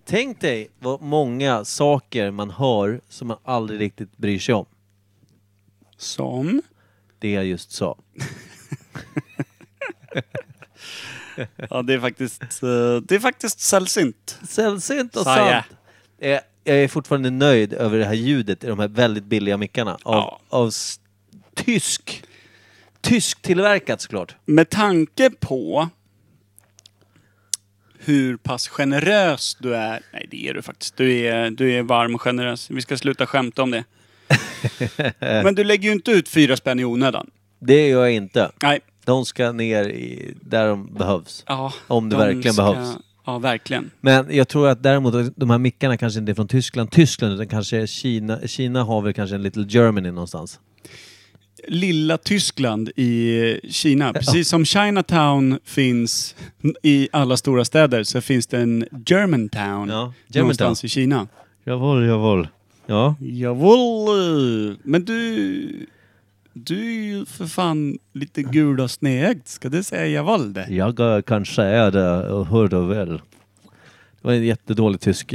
Tänk dig vad många saker man hör som man aldrig riktigt bryr sig om. Som? Det jag just sa. Ja, det är faktiskt sällsynt. Sällsynt och Sa jag. sant. Jag är fortfarande nöjd över det här ljudet i de här väldigt billiga mickarna. Av tysk tillverkat såklart. Med tanke på hur pass generös du är. Nej, det är du faktiskt. Du är varm och generös. Vi ska sluta skämta om det. Men du lägger ju inte ut 4 spänn i onödan. Det gör jag inte. Nej. De ska ner där de behövs. Ja, om det verkligen behövs. Ja, verkligen. Men jag tror att däremot de här mickarna kanske inte är från Tyskland utan kanske Kina. Kina har väl kanske en Little Germany någonstans. Lilla Tyskland i Kina. Precis som Chinatown finns i alla stora städer så finns det en Germantown någonstans i Kina. Jawohl. Ja. Jawohl. Men du är ju för fan lite gul och snägt. Ska du säga jawohl det? Jag kan säga det och hörde väl. Det var en jättedålig tysk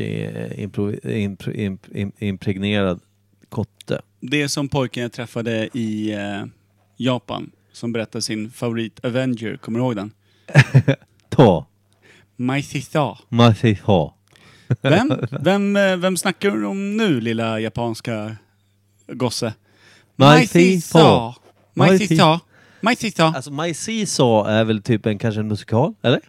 impregnerad kotte. Det är som pojken jag träffade i Japan som berättade sin favorit Avenger. Kommer du ihåg den? Maisisa. Vem snackar du om nu, lilla japanska gosse? Maisisa. Alltså Maisisa är väl typ kanske en musikal, eller?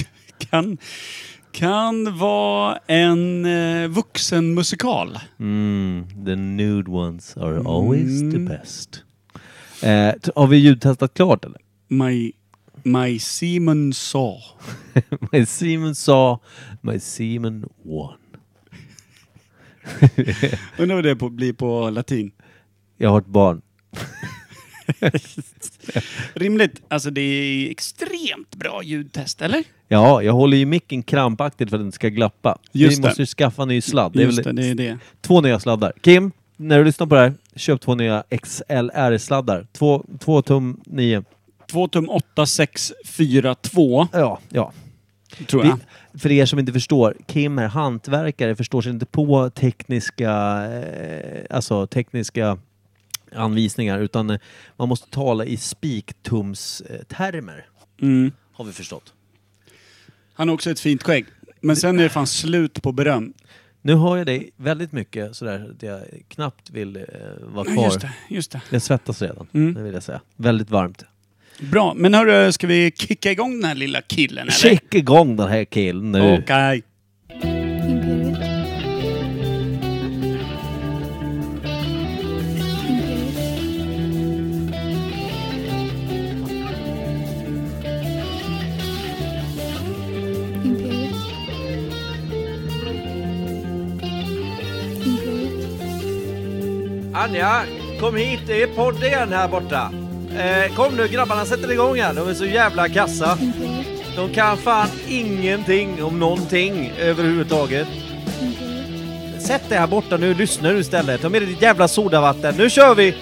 Kan vara en vuxenmusikal. The nude ones are always the best. Har vi ljudtestat klart eller? My Simon saw. My Simon saw. My Simon won. Undrar vad det blir på latin. Jag har ett barn. Rimligt. Alltså det är extremt bra ljudtest, eller? Ja, jag håller ju micken krampaktigt för att den ska glappa. Vi måste ju skaffa en ny sladd. Just det är det. 2 nya sladdar. Kim, när du lyssnar på det här, köp 2 nya XLR-sladdar. 2 tum 9. 2 tum 8, 6, 4, 2. Ja. Tror jag. För er som inte förstår, Kim är hantverkare, förstår sig inte på tekniska anvisningar, utan man måste tala i spiktumstermer. Har vi förstått. Han har också ett fint skägg. Men sen är det fan slut på beröm. Nu har jag dig väldigt mycket sådär att jag knappt vill vara kvar. Just det. Jag svettas redan, det vill jag säga. Väldigt varmt. Bra, men hörru, ska vi kicka igång den här lilla killen, eller? Kicka igång den här killen nu. Okej. Anja, kom hit, det är podd igen här borta. Kom nu grabbarna, sätter igång här. De är så jävla kassa. De kan fan ingenting om någonting överhuvudtaget. Sätt dig här borta nu, lyssna nu istället. Ta med dig ditt jävla sodavatten. Nu kör vi!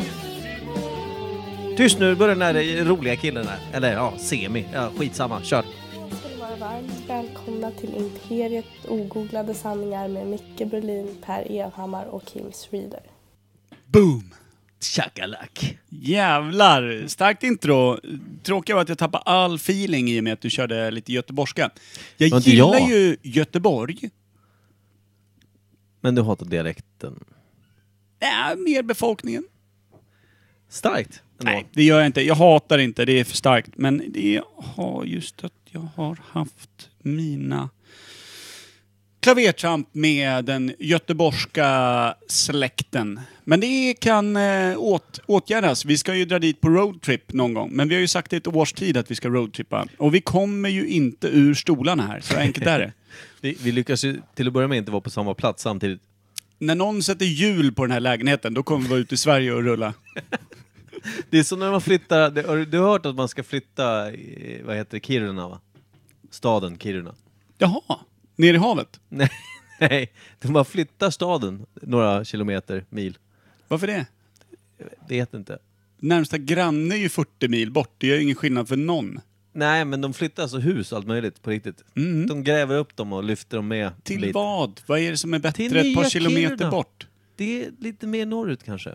Tyst nu, börjar den här roliga killen här. Eller ja, semi. Ja, skitsamma, kör. Ska ni vara varmt välkomna till Imperiet ogooglade sanningar med Micke Berlin, Per Evhammar och Kim Reader. Boom! Chakalak. Jävlar, starkt intro. Tråkigt var att jag tappade all feeling i och med att du körde lite göteborgska. Jag gillar ju Göteborg. Men du hatar dialekten? Ja, mer befolkningen. Starkt. Ändå. Nej, det gör jag inte. Jag hatar inte, det är för starkt. Men det har just att jag har haft mina klavertramp med den göteborgska släkten. Men det kan åtgärdas. Vi ska ju dra dit på roadtrip någon gång. Men vi har ju sagt i ett års tid att vi ska roadtrippa. Och vi kommer ju inte ur stolarna här. Så enkelt är det. Vi lyckas ju till att börja med inte vara på samma plats samtidigt. När någon sätter hjul på den här lägenheten, då kommer vi vara ute i Sverige och rulla. Det är som när man flyttar. Du har hört att man ska flytta vad heter det, Kiruna, va? Staden Kiruna. Jaha, ner i havet? Nej, man flyttar staden några mil. Varför det? Jag vet inte. Närmsta granne är ju 40 mil bort. Det gör ingen skillnad för någon. Nej, men de flyttar alltså hus och allt möjligt på riktigt. Mm. De gräver upp dem och lyfter dem med. Till lite. vad? Vad är det som är bättre Till ett par nya kilometer Kiruna. bort? Det är lite mer norrut kanske.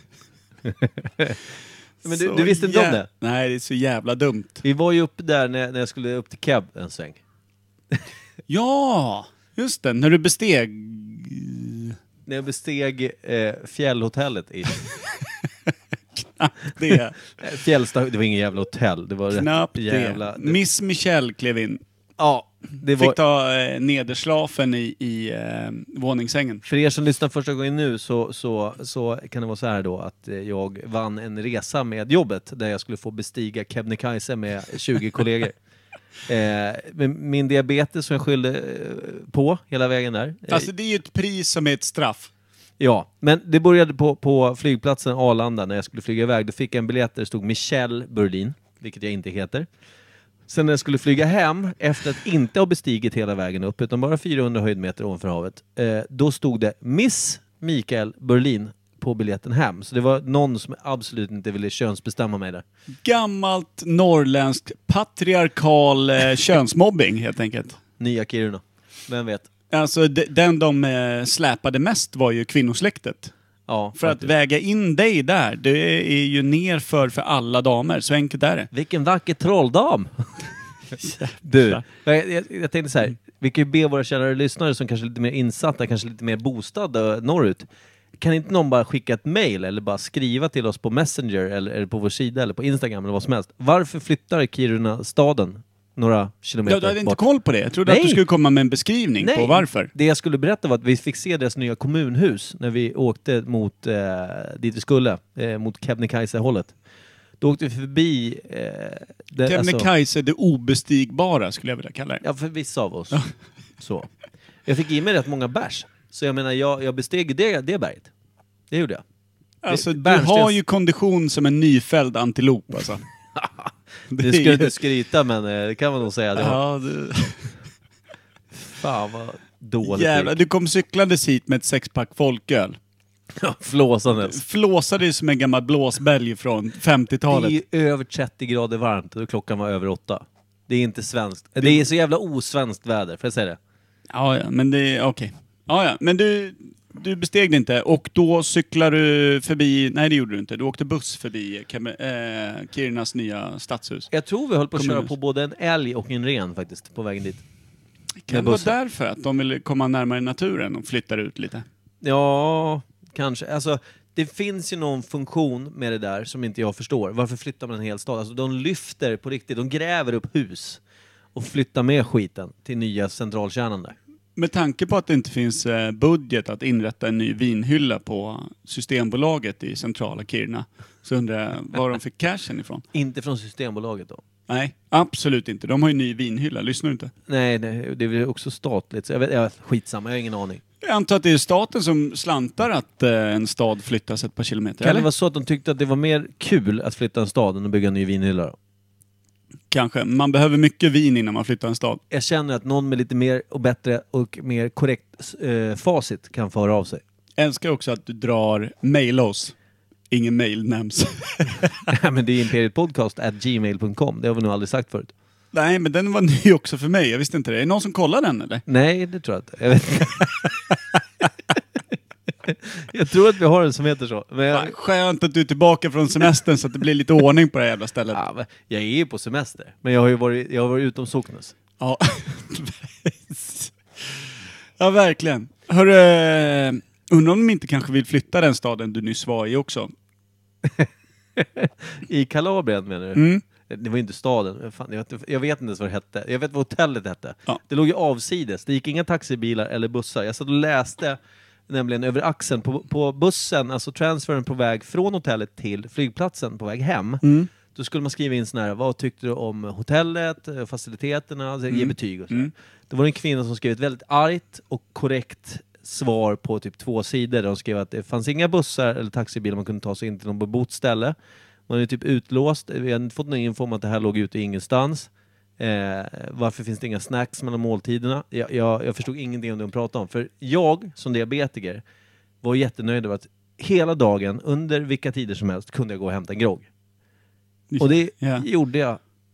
Men Så du visste inte om det? Nej, det är så jävla dumt. Vi var ju uppe där när jag skulle upp till Keb en sväng. Ja, just det. När du besteg... När jag besteg fjällhotellet i Det. Fjällsta, det var ingen jävla hotell. Det var Knappt jävla... det. Miss Michelle klev in. Ja, det Fick var... ta nederslafen i våningssängen. För er som lyssnar första gången nu så kan det vara så här då att jag vann en resa med jobbet där jag skulle få bestiga Kebnekaise med 20 kollegor. Min diabetes som jag skyllde på hela vägen där. Alltså det är ju ett pris som är ett straff. Ja, men det började på flygplatsen Arlanda när jag skulle flyga iväg. Då fick jag en biljett där det stod Michelle Berlin, vilket jag inte heter. Sen när jag skulle flyga hem, efter att inte ha bestigit hela vägen upp, utan bara 400 höjdmeter ovanför havet, då stod det Miss Mikael Berlin på biljetten hem. Så det var någon som absolut inte ville könsbestämma mig där. Gammalt norrländskt patriarkal könsmobbing helt enkelt. Nya Kiruna. Vem vet? Alltså den de släpade mest var ju kvinnosläktet. Ja, För att väga in dig där, det är ju nerför för alla damer. Så enkelt är det. Vilken vacker trolldam! Du, jag tänkte så här. Vi kan ju be våra kära lyssnare som kanske är lite mer insatta, kanske lite mer bostad norrut. Kan inte någon bara skicka ett mail eller bara skriva till oss på Messenger eller på vår sida eller på Instagram eller vad som helst. Varför flyttar Kiruna staden några kilometer Ja, du hade inte bort? koll på det. Jag trodde att du skulle komma med en beskrivning på varför. Det jag skulle berätta var att vi fick se deras nya kommunhus när vi åkte mot dit vi skulle, mot Kebnekaise-hållet. Då åkte vi förbi... Kebnekaise, det obestigbara skulle jag vilja kalla det. Ja, för vissa av oss. Så. Jag fick i mig rätt många bärs. Så jag menar, jag besteg det berget. Det gjorde jag. Alltså, du har ju kondition som en nyfälld antilop alltså. Det ska du inte skryta, men det kan man nog säga. Det ja, Fan vad dåligt. Jävlar, du kom cyklandes hit med ett 6-pack folköl. Ja, flåsandes. Flåsade som en gammal blåsbälg från 50-talet. Det är över 30 grader varmt och klockan var över 8. Det är inte svenskt. Det är så jävla osvenskt väder, får jag säga det? Ja, men det är okej. Ja, men du besteg det inte och då cyklar du förbi... Nej, det gjorde du inte. Du åkte buss förbi Kirunas nya stadshus. Jag tror vi höll på att köra på både en älg och en ren faktiskt på vägen dit. Kan det vara därför att de vill komma närmare naturen och flyttar ut lite? Ja, kanske. Alltså, det finns ju någon funktion med det där som inte jag förstår. Varför flyttar man en hel stad? Alltså, de lyfter på riktigt. De gräver upp hus och flyttar med skiten till nya centralkärnan där. Med tanke på att det inte finns budget att inrätta en ny vinhylla på Systembolaget i centrala Kiruna, så undrar jag var de fick cashen ifrån. Inte från Systembolaget då? Nej, absolut inte. De har ju en ny vinhylla, lyssnar du inte? Nej, det är väl också statligt. Så jag vet, skitsamma, jag har ingen aning. Jag antar att det är staten som slantar att en stad flyttas ett par kilometer. Kan det vara så att de tyckte att det var mer kul att flytta en stad än att bygga en ny vinhylla då? Kanske. Man behöver mycket vin innan man flyttar en stad. Jag känner att någon med lite mer och bättre och mer korrekt facit kan få höra av sig. Jag älskar också att du drar mail oss. Ingen mail nämns. Men det är imperietpodcast@gmail.com. Det har vi nog aldrig sagt förut. Nej, men den var ny också för mig. Jag visste inte det. Är det någon som kollar den eller? Nej, det tror jag inte. Jag vet inte. Jag tror att vi har en som heter så. Men skönt att du är tillbaka från semestern så att det blir lite ordning på det här jävla stället. Ja, jag är ju på semester. Men jag har varit utom socknes. Ja. Ja, verkligen. Hörru, undrar om de inte kanske vill flytta den staden du nyss var i också? I Kalabrien menar du? Mm. Det var inte staden. Fan, jag vet inte ens vad det hette. Jag vet vad hotellet hette. Ja. Det låg ju avsides. Det gick inga taxibilar eller bussar. Jag satt och läste nämligen över axeln på bussen, alltså transferen på väg från hotellet till flygplatsen på väg hem. Mm. Då skulle man skriva in sån här, vad tyckte du om hotellet, faciliteterna, alltså ge betyg och så. Det var en kvinna som skrev ett väldigt argt och korrekt svar på typ 2 sidor. Där de skrev att det fanns inga bussar eller taxibilar man kunde ta sig in till någon bebott ställe. Man är typ utlåst. Vi har inte fått någon info om att det här låg ute ingenstans. Varför finns det inga snacks mellan måltiderna? Jag förstod ingenting om det de pratade om. För jag, som diabetiker, var jättenöjd över att hela dagen, under vilka tider som helst, kunde jag gå och hämta en grogg. Och det gjorde jag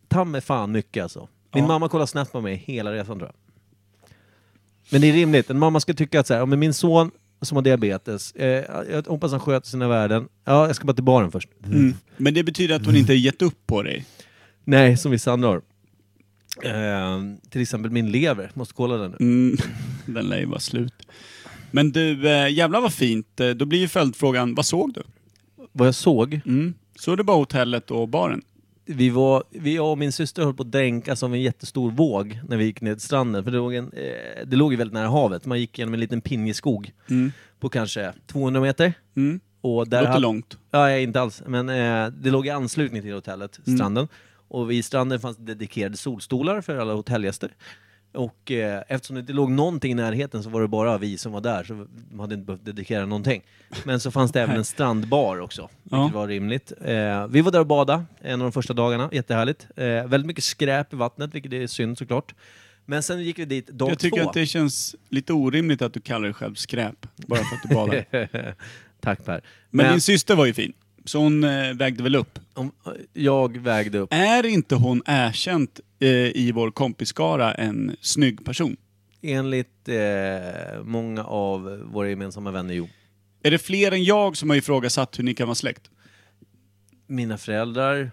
ta mig fan mycket alltså. Min Ja. mamma kollar snett på mig hela resan tror jag. Men det är rimligt. En mamma ska tycka att så här, men min son som har diabetes, jag hoppas han sköter sina värden. Ja, jag ska bara till baren först. Men det betyder att hon inte har gett upp på dig. Nej, som vissa andra har. Till exempel min lever. Måste kolla den nu. Den lär ju vara slut. Men du, jävlar vad fint. Då blir ju följdfrågan, vad såg du? Vad jag såg? Såg du bara hotellet och baren? Jag och min syster höll på att dränkas av en jättestor våg när vi gick ner till stranden. För det låg ju väldigt nära havet. Man gick genom en liten pinjeskog på kanske 200 meter. Och där Låter långt. Ja, inte alls. Men det låg i anslutning till hotellet, stranden. Och vid stranden fanns dedikerade solstolar för alla hotellgäster. Och eftersom det inte låg någonting i närheten så var det bara vi som var där. Så de hade inte behövt dedikera någonting. Men så fanns det även en strandbar också. Vilket var rimligt. Vi var där och badade en av de första dagarna. Jättehärligt. Väldigt mycket skräp i vattnet, vilket är synd såklart. Men sen gick vi dit dag 2. Jag tycker att det känns lite orimligt att du kallar dig själv skräp. Bara för att du badar. Tack Per. Men din syster var ju fin. Så hon vägde väl upp. Jag vägde upp. Är inte hon erkänt i vår kompiskara en snygg person? Enligt många av våra gemensamma vänner, jo. Är det fler än jag som har ifrågasatt hur ni kan vara släkt? Mina föräldrar.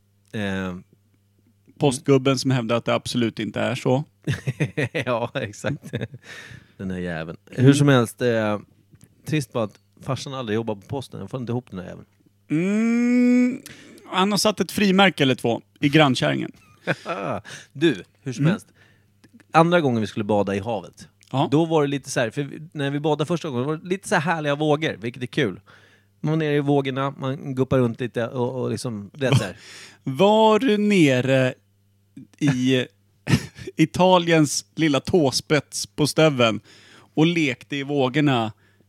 Postgubben som hävdar att det absolut inte är så. Ja, exakt. Den här jäveln. Hur som helst, trist bara att farsan aldrig jobbar på posten. Jag får inte ihop den här jäveln. Han har satt ett frimärke eller 2 i grannkärringen. Du, hur som helst. Andra gången vi skulle bada i havet. Ja. Då var det lite så här, för när vi badade första gången var det lite så här härliga vågor, vilket är kul. Man var nere i vågorna, man guppar runt lite och liksom, det är så här. Var du nere i Italiens lilla tåspets på stöven och lekte i vågorna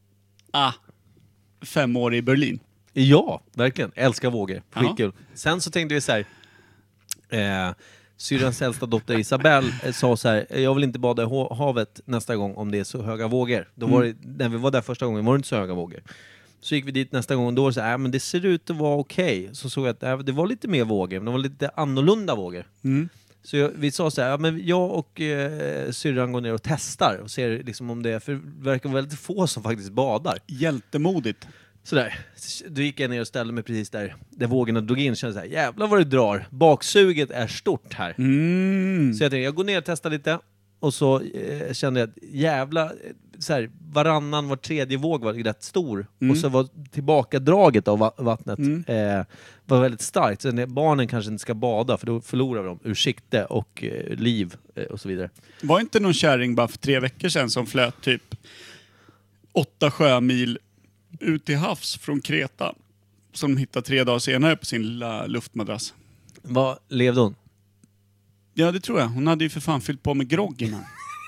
5 år i Berlin? Ja, verkligen. Älskar vågor. Skitkul. Sen så tänkte vi så här. Syrrans äldsta dotter Isabelle sa så här: jag vill inte bada i havet nästa gång om det är så höga vågor. Då var det, när vi var där första gången var det inte så höga vågor. Så gick vi dit nästa gång och då var det så här, men det ser ut att vara okej. Så såg jag att det var lite mer vågor, men det var lite annorlunda vågor. Så vi sa så här, men jag och syrran går ner och testar och ser liksom om det är, för det verkar vara väldigt få som faktiskt badar. Hjältemodigt. Sådär, då gick jag ner och ställde mig precis där vågorna drog in och kände såhär, jävlar vad det drar. Baksuget är stort här. Så jag tänkte, jag går ner och testar lite. Och så kände jag att jävla, såhär, var tredje våg var rätt stor. Och så var tillbakadraget av vattnet var väldigt starkt. Så när barnen kanske inte ska bada, för då förlorar de ur sikte och liv och så vidare. Var inte någon kärring bara för 3 veckor sedan som flöt typ 8 sjömil ut till havs från Kreta, som hittade 3 dagar senare på sin lilla luftmadrass? Vad levde hon? Ja, det tror jag. Hon hade ju för fan fyllt på med grogg innan.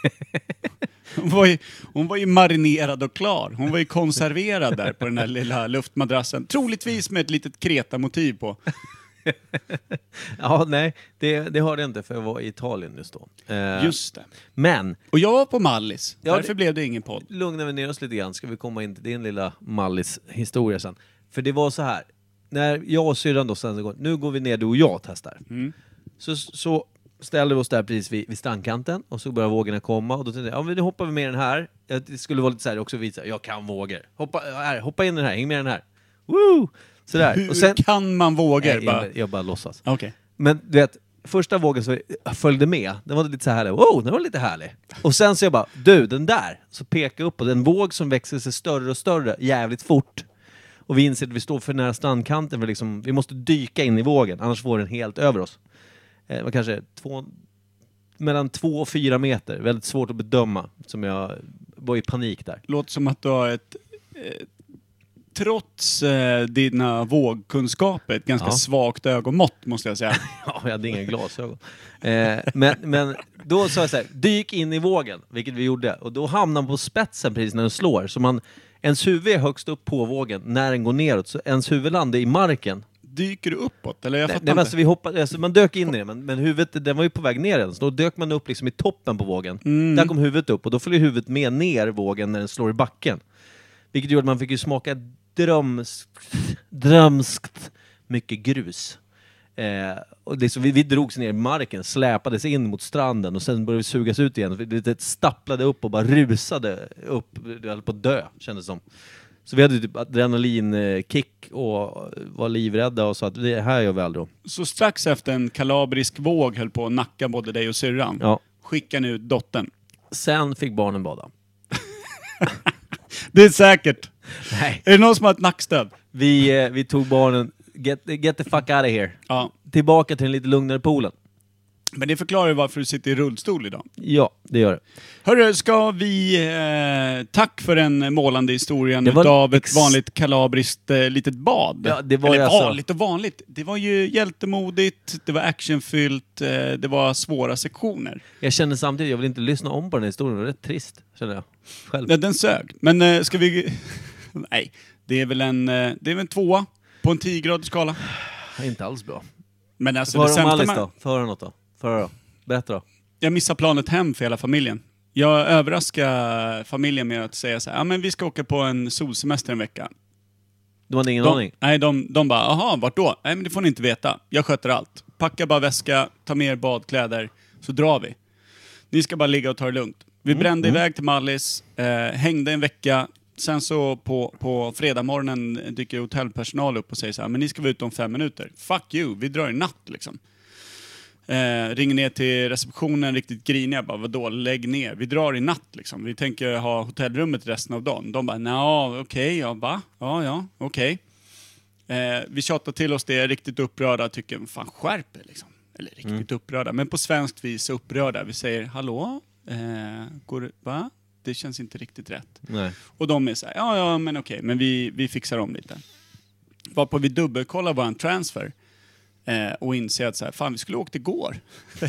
Hon var ju marinerad och klar. Hon var ju konserverad där på den här lilla luftmadrassen. Troligtvis med ett litet Kreta-motiv på. Ja, nej, det hörde jag inte för jag var i Italien just då. Just det. Men Och jag var på Mallis. Ja, Därför blev det ingen podd. lugnar vi ner oss lite grann, ska vi komma in till din lilla Mallis-historia sen. För det var så här, när jag och syrran då sen, nu går vi ner du och jag testar. Så ställde vi oss där precis vid strandkanten och så började vågorna komma och då tänkte jag, ja men nu hoppar vi med den här. Det skulle vara lite så här också visa, jag kan vågor. Hoppa in den här, häng med den här. Woo! Sådär. Hur Och sen, kan man våga? jag bara låtsas. Okej. Men du vet, första vågen så följde med, den var lite så här, wow, den var lite härlig. Och sen så jag bara, du, den där, så pekar jag upp på den våg som växer sig större och större jävligt fort. Och vi inser att vi står för nära strandkanten, för liksom, vi måste dyka in i vågen, annars får den helt över oss. Det var kanske mellan 2 och 4 meter, väldigt svårt att bedöma, som jag var i panik där. Låter som att du har ett trots dina vågkunskaper, ett ganska svagt ögonmått, måste jag säga. Ja, jag hade inga glasögon. Men då sa jag så här, dyk in i vågen, vilket vi gjorde. Och då hamnar man på spetsen precis när den slår. Så ens huvud är högst upp på vågen när den går neråt. Så ens huvud landar i marken. Dyker du uppåt? Eller jag fattar Nej, inte. alltså, vi hoppade, alltså, man dök in i det, men huvudet, den var ju på väg ner än. Så då dök man upp liksom i toppen på vågen. Där kom huvudet upp och då följer huvudet med ner vågen när den slår i backen. Vilket gjorde att man fick ju smaka drömskt mycket grus. Och det så vi drogs ner i marken, släpades in mot stranden och sen började vi sugas ut igen. Vi stapplade upp och bara rusade upp. Det höll på att dö, kändes det som. Så vi hade typ adrenalinkick och var livrädda och sa att det här gör vi aldrig. Så strax efter en kalabrisk våg höll på att nacka både dig och syrran. Ja. Skickade ni ut dottern. Sen fick barnen bada. Det är säkert. Nej. Är det någon som har ett nackstöd? Vi tog barnen, get the fuck out of here. Ja. Tillbaka till den lite lugnare poolen. Men det förklarar ju varför du sitter i rullstol idag. Ja, det gör det. Hörru, ska vi... tack för den målande historien av ett vanligt kalabriskt litet bad. Ja, det var eller alltså... vanligt och vanligt. Det var ju hjältemodigt, det var actionfyllt, det var svåra sektioner. Jag kände samtidigt, jag vill inte lyssna om på den här historien. Det var rätt trist, kände jag. Själv. Ja, den sög. Men ska vi... Nej, det är väl en 2 på en 10-gradig skala. Inte alls bra. Men alltså, För det sämsta Alice då? För något då? Berätta då. Jag missar planet hem för hela familjen. Jag överraskar familjen med att säga så här: ja, men vi ska åka på en solsemester en vecka. Du hade ingen aning? Nej, de bara, aha, vart då? Nej, men det får ni inte veta. Jag sköter allt. Packa bara väska, ta med er badkläder, så drar vi. Ni ska bara ligga och ta det lugnt. Vi brände iväg till Mallis, hängde en vecka. Sen så på fredag morgonen dyker hotellpersonal upp och säger så här: men ni ska vara ute om 5 minuter. Fuck you, vi drar i natt liksom. Ringer ner till receptionen riktigt griniga, bara vadå, lägg ner, vi drar i natt liksom, vi tänker ha hotellrummet resten av dagen. De bara, nja, okej, jag bara, ja, okej. Vi tjatar till oss det, riktigt upprörda, tycker, fan skärp er liksom. Eller riktigt upprörda, men på svenskt vis upprörda. Vi säger, hallå, va? Det känns inte riktigt rätt. Nej. Och de är så här, ja, men okej, men vi fixar om lite. Varpå vi dubbelkollar våran transfer. Och inser att så här, fan, vi skulle åkt igår.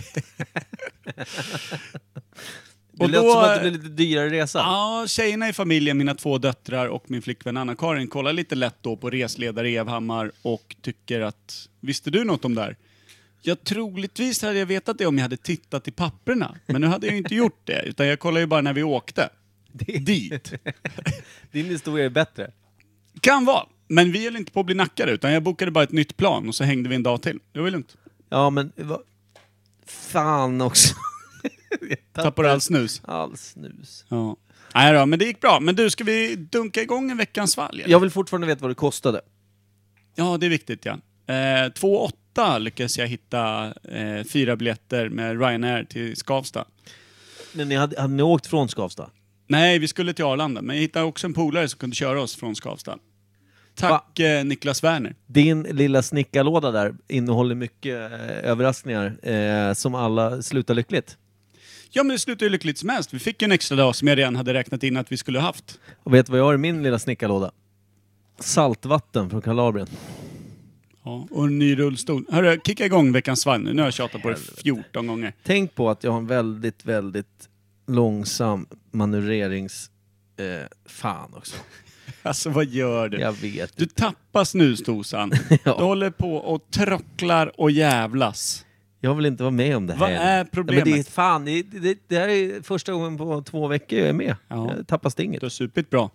Det låter som att det blir lite dyrare resa. Ja, tjejerna i familjen, mina 2 döttrar och min flickvän Anna-Karin kollar lite lätt då på resledare Evhammar och tycker att, visste du något om det här? Jag troligtvis hade jag vetat det om jag hade tittat i papperna. Men nu hade jag inte gjort det, utan jag kollade ju bara när vi åkte dit. Din historia är bättre. Kan vara. Men vi höll inte på att bli nackade, utan jag bokade bara ett nytt plan och så hängde vi en dag till. Det var lugnt. Ja, men fan också. Tappar all snus. All snus. Ja. Nej då, men det gick bra. Men du, ska vi dunka igång en veckans svalg? Jag vill fortfarande veta vad det kostade. Ja, det är viktigt, ja. 2,8 lyckades jag hitta 4 biljetter med Ryanair till Skavsta. Men hade ni åkt från Skavsta? Nej, vi skulle till Arlanda. Men jag hittade också en polare som kunde köra oss från Skavsta. Tack Niklas Werner. Din lilla snickarlåda där innehåller mycket överraskningar som alla slutar lyckligt. Ja, men det slutade ju lyckligt som helst. Vi fick en extra dag som jag redan hade räknat in att vi skulle ha haft. Och vet du vad jag har i min lilla snickarlåda? Saltvatten från Kalabrien. Ja, och en ny rullstol. Hörru, kicka igång veckans svalg nu. Nu har jag tjatat på det 14 gånger. Tänk på att jag har en väldigt, väldigt långsam manövrerings... fan också. Alltså, vad gör du? Jag vet. Du tappar snusdosan. Ja. Du håller på och trocklar och jävlas. Jag vill inte vara med om det här. Vad är problemet? Ja, men det är fan, det här är första gången på 2 veckor jag är med. Ja. Jag tappar stinget. Du har supit bra.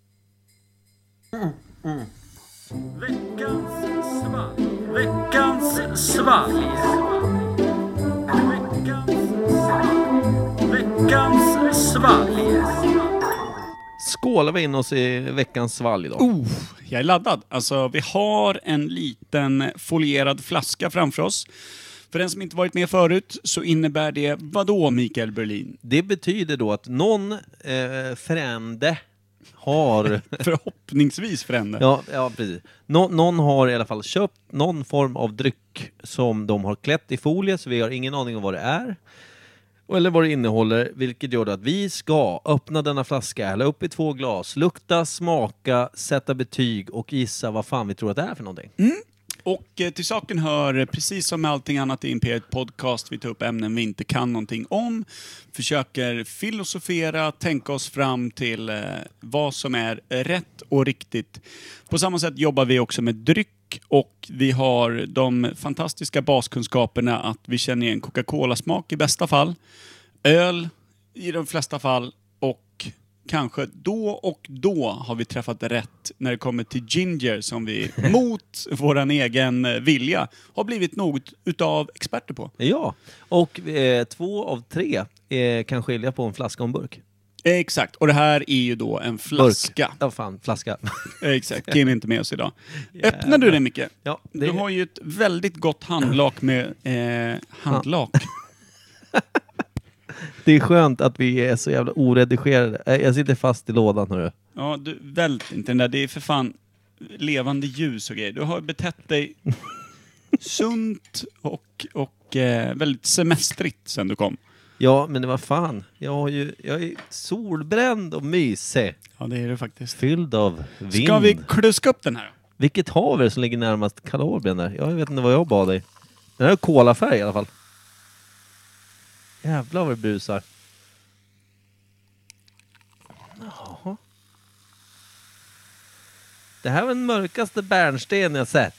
Veckans svalg. Skålar vi in oss i veckans svalg idag. Jag är laddad. Alltså, vi har en liten folierad flaska framför oss. För den som inte varit med förut så innebär det vadå, Mikael Berlin? Det betyder då att någon frände har... Förhoppningsvis frände. Ja, precis. Någon har i alla fall köpt någon form av dryck som de har klätt i folie, så vi har ingen aning om vad det är. Eller vad det innehåller, vilket gör att vi ska öppna denna flaska, hälla upp i 2 glas, lukta, smaka, sätta betyg och gissa vad fan vi tror att det är för någonting. Och till saken hör, precis som med allting annat i Imperiet Podcast, vi tar upp ämnen vi inte kan någonting om, försöker filosofera, tänka oss fram till vad som är rätt och riktigt. På samma sätt jobbar vi också med dryck, och vi har de fantastiska baskunskaperna att vi känner igen Coca-Cola-smak i bästa fall, öl i de flesta fall, och kanske då och då har vi träffat rätt när det kommer till ginger som vi mot våran egen vilja har blivit något utav experter på. Ja, och 2 av 3 kan skilja på en flaska och en burk. Exakt, och det här är ju då en flaska. Ja, fan, flaska. Exakt, Kim är inte med oss idag. Öppnar du den, Micke? Ja, Du har ju ett väldigt gott handlak med handlak. Det är skönt att vi är så jävla oredigerade. Jag sitter fast i lådan, hörru. Ja, du vält inte den där. Det är för fan levande ljus och grejer. Du har betett dig sunt och väldigt semestrigt sen du kom. Ja, men det var fan. Jag är solbränd och mysig. Ja, det är det faktiskt. Fylld av vind. Ska vi kluska upp den här? Vilket hav som ligger närmast Kalabrien där? Jag vet inte vad jag bad dig. Den här är kolafärg i alla fall. Jävlar vad det brusar. Jaha. Det här var den mörkaste bärnsten jag sett.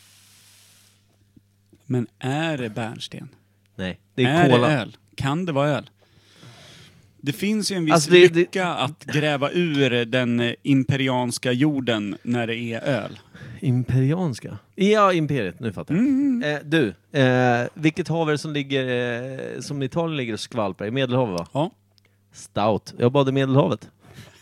Men är det bärnsten? Nej, det är kola. Det öl? Kan det vara öl? Det finns ju en viss Alltså, lycka att gräva ur den imperianska jorden när det är öl. Imperianska? Ja, imperiet. Nu fattar jag. Vilket hav är det som ligger som Italien ligger och skvalpar i? Medelhavet, va? Ja. Stout. Jag bad i Medelhavet.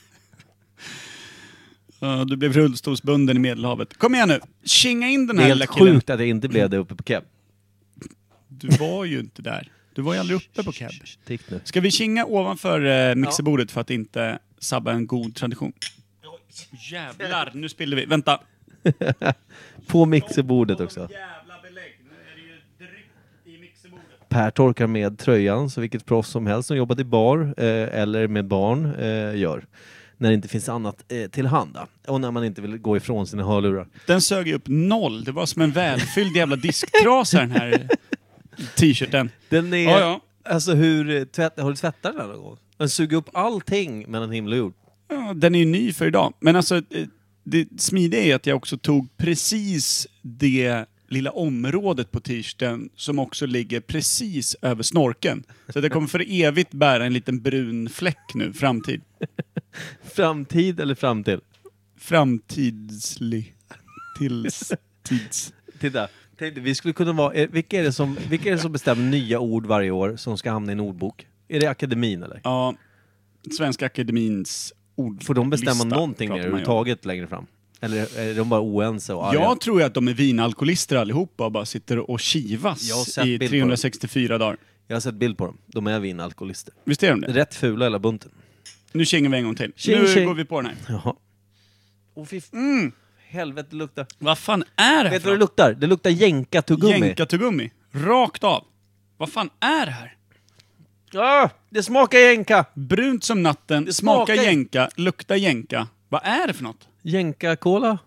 Du blev rullstolsbunden i Medelhavet. Kom igen nu. Kinga in den Det här är lilla helt killen. sjukt att jag inte blev det uppe på Keb. Du var ju inte där. Du var ju aldrig uppe på Keb. Tick nu. Ska vi kinga ovanför mixerbordet för att inte sabba en god tradition? Jävlar, nu spillde vi. Vänta. På mixerbordet också. Jävla belägg. Nu är det ju dryck i mixerbordet. Per torkar med tröjan, så vilket proffs som helst som jobbat i bar eller med barn gör. När det inte finns annat till handa. Och när man inte vill gå ifrån sina hörlurar. Den sög ju upp 0. Det var som en välfylld jävla disktrasa den här t-shirten. Den är... Ja. Alltså har du tvättat den här någon gång? Den suger upp allting mellan himmel och jord. Ja, den är ju ny för idag. Men alltså, det smidiga är att jag också tog precis det lilla området på t-shirten som också ligger precis över snorken. Så det kommer för evigt bära en liten brun fläck nu, framtid. Framtid eller framtid? Framtidslig. Tids. Titta. Tänkte, vi skulle kunna vara... Vilka är det som bestämmer nya ord varje år som ska hamna i en ordbok? Är det akademin eller? Ja, Svenska Akademins ord. Får de bestämma någonting mer överhuvudtaget längre fram? Eller är de bara oense och arga? Jag tror ju att de är vinalkoholister allihopa och bara sitter och kivas i 364 dagar. Jag har sett bild på dem. De är vinalkoholister. Visst är de det? Rätt fula hela bunten. Nu känner vi en gång till. Tjing, nu tjing. går vi på den här. Jaha. Helvete, det luktar. Vad fan är det här? Vet du vad det luktar? Det luktar jänka-tuggummi. Jänka-tuggummi. Rakt av. Vad fan är det här? Det smakar jänka! Brunt som natten, Det smakar smakar- jänka, luktar jänka. Vad är det för något? Jänka-cola.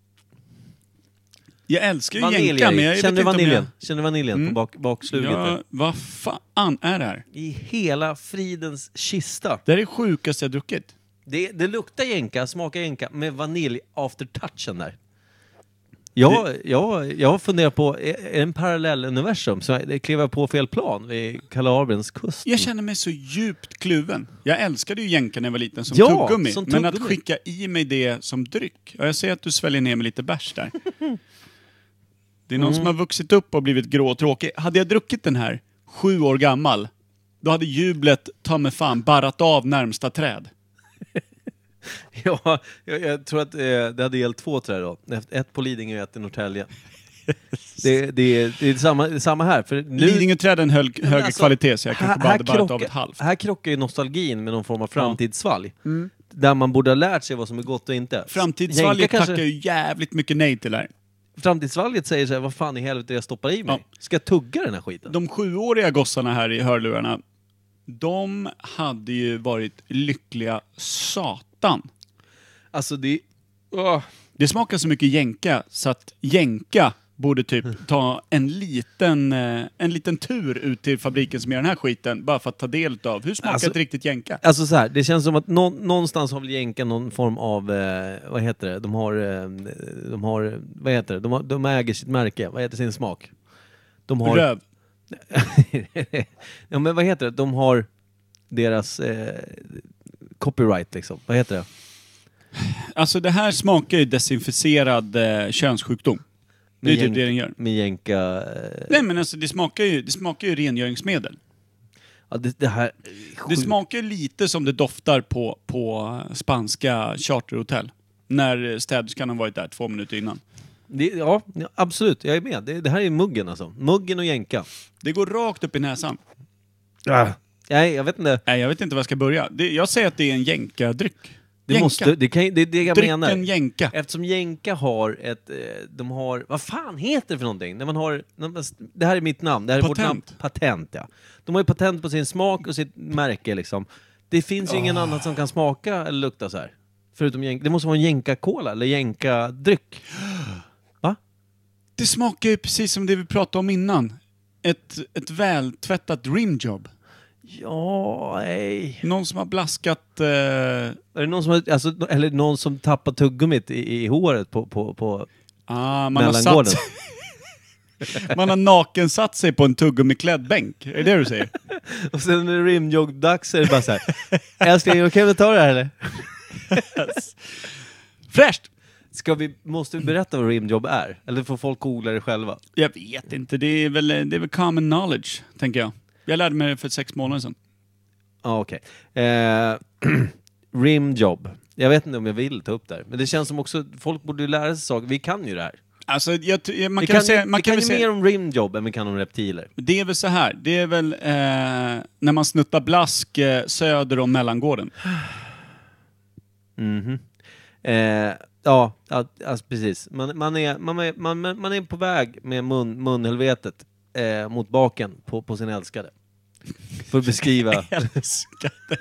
Jag älskar ju jänka, men jag Känner du vet inte om vaniljen? Känner du vaniljen på baksluget? Ja, vad fan är det här? I hela fridens kista. Det är det sjukaste jag druckit. Det luktar jänka, smakar jänka med vanilj aftertouchen där. Jag har funderat på, är det en parallelluniversum? Så det klev jag på fel plan vid Kalabriens kust. Jag känner mig så djupt kluven. Jag älskade ju jänka när jag var liten som Ja, tuggummi. som Men att tuggummi. skicka i mig det som dryck. Ja, jag ser att du sväljer ner med lite bärs där. Det är någon som har vuxit upp och blivit grå och tråkig. Hade jag druckit den här 7 år gammal, då hade jublet ta mig fan barrat av närmsta träd. Ja, jag tror att det hade gällt 2 träd då. Ett på Lidingö och ett i Norrtälje. Det är samma här. För nu, Lidingöträden höll högre alltså, kvalitet, så jag kanske bara hade barrat av ett halvt. Här krockar ju nostalgin med någon form av framtidssvalg. Där man borde ha lärt sig vad som är gott och inte. Framtidssvalget Jänka kanske- tackar ju jävligt mycket nej till här. Framtidssvalget säger så här, vad fan i helvete jag stoppar i mig? Ja. Ska jag tugga den här skiten? De 7-åriga gossarna här i hörlurarna, de hade ju varit lyckliga satan. Alltså det... Det smakar så mycket jänka så att jänka borde typ ta en liten tur ut till fabriken som gör den här skiten bara för att ta del av hur smakar Alltså- ett riktigt jänka. Alltså så här, det känns som att någonstans har väl Jänka någon form av, vad heter det? Vad heter det? De äger sitt märke. Vad heter sin smak? De har... Röv. Ja men vad heter det? De har deras copyright liksom. Vad heter det? Alltså det här smakar ju desinficerad könssjukdom. Det är typ det den gör. Med jänka... Nej men alltså det smakar ju rengöringsmedel. Ja, det här... Det smakar lite som det doftar på spanska charterhotell. När städerskan har varit där 2 minuter innan. Ja, absolut. Jag är med. Det här är muggen alltså. Muggen och jänka. Det går rakt upp i näsan. Nej, jag vet inte. Nej, jag vet inte var jag ska börja. Jag säger att det är en jänka-dryck. Det är det jag menar. Drycken jänka. Eftersom jänka har de har, vad fan heter det för någonting? När man har, det här är mitt namn. Det här är vårt namn. Patent, ja. De har ju patent på sin smak och sitt märke liksom. Det finns ju ingen annan som kan smaka eller lukta så här. Förutom jänka. Det måste vara en jänka-cola eller jänka-dryck. Va? Det smakar ju precis som det vi pratade om innan. Ett vältvättat rimjob. Ja, nej. Någon som har blaskat... Är det någon som har, alltså, eller någon som tappar tuggummit i håret på man har satt... Man har nakensatt sig på en tuggummiklädd bänk. Är det det du säger? Och sen när det är rimjobb-dags är det bara så här. Älskling, kan vi ta det här eller? Yes. Fräscht! Måste vi berätta vad rimjobb är? Eller får folk googla det själva? Jag vet inte. Det är väl common knowledge, tänker jag. Jag lärde mig det för 6 månader sedan. Ja, okej. Rimjobb. Jag vet inte om jag vill ta upp det här. Men det känns som också, folk borde lära sig saker. Vi kan ju det här. Alltså, man Vi kan kan säga mer om rimjobb än vi kan om reptiler. Det är väl så här. Det är väl när man snuttar blask söder om mellangården. Ja, alltså precis. Man är på väg med munhelvetet mot baken på sin älskade. För att beskriva... Älskade.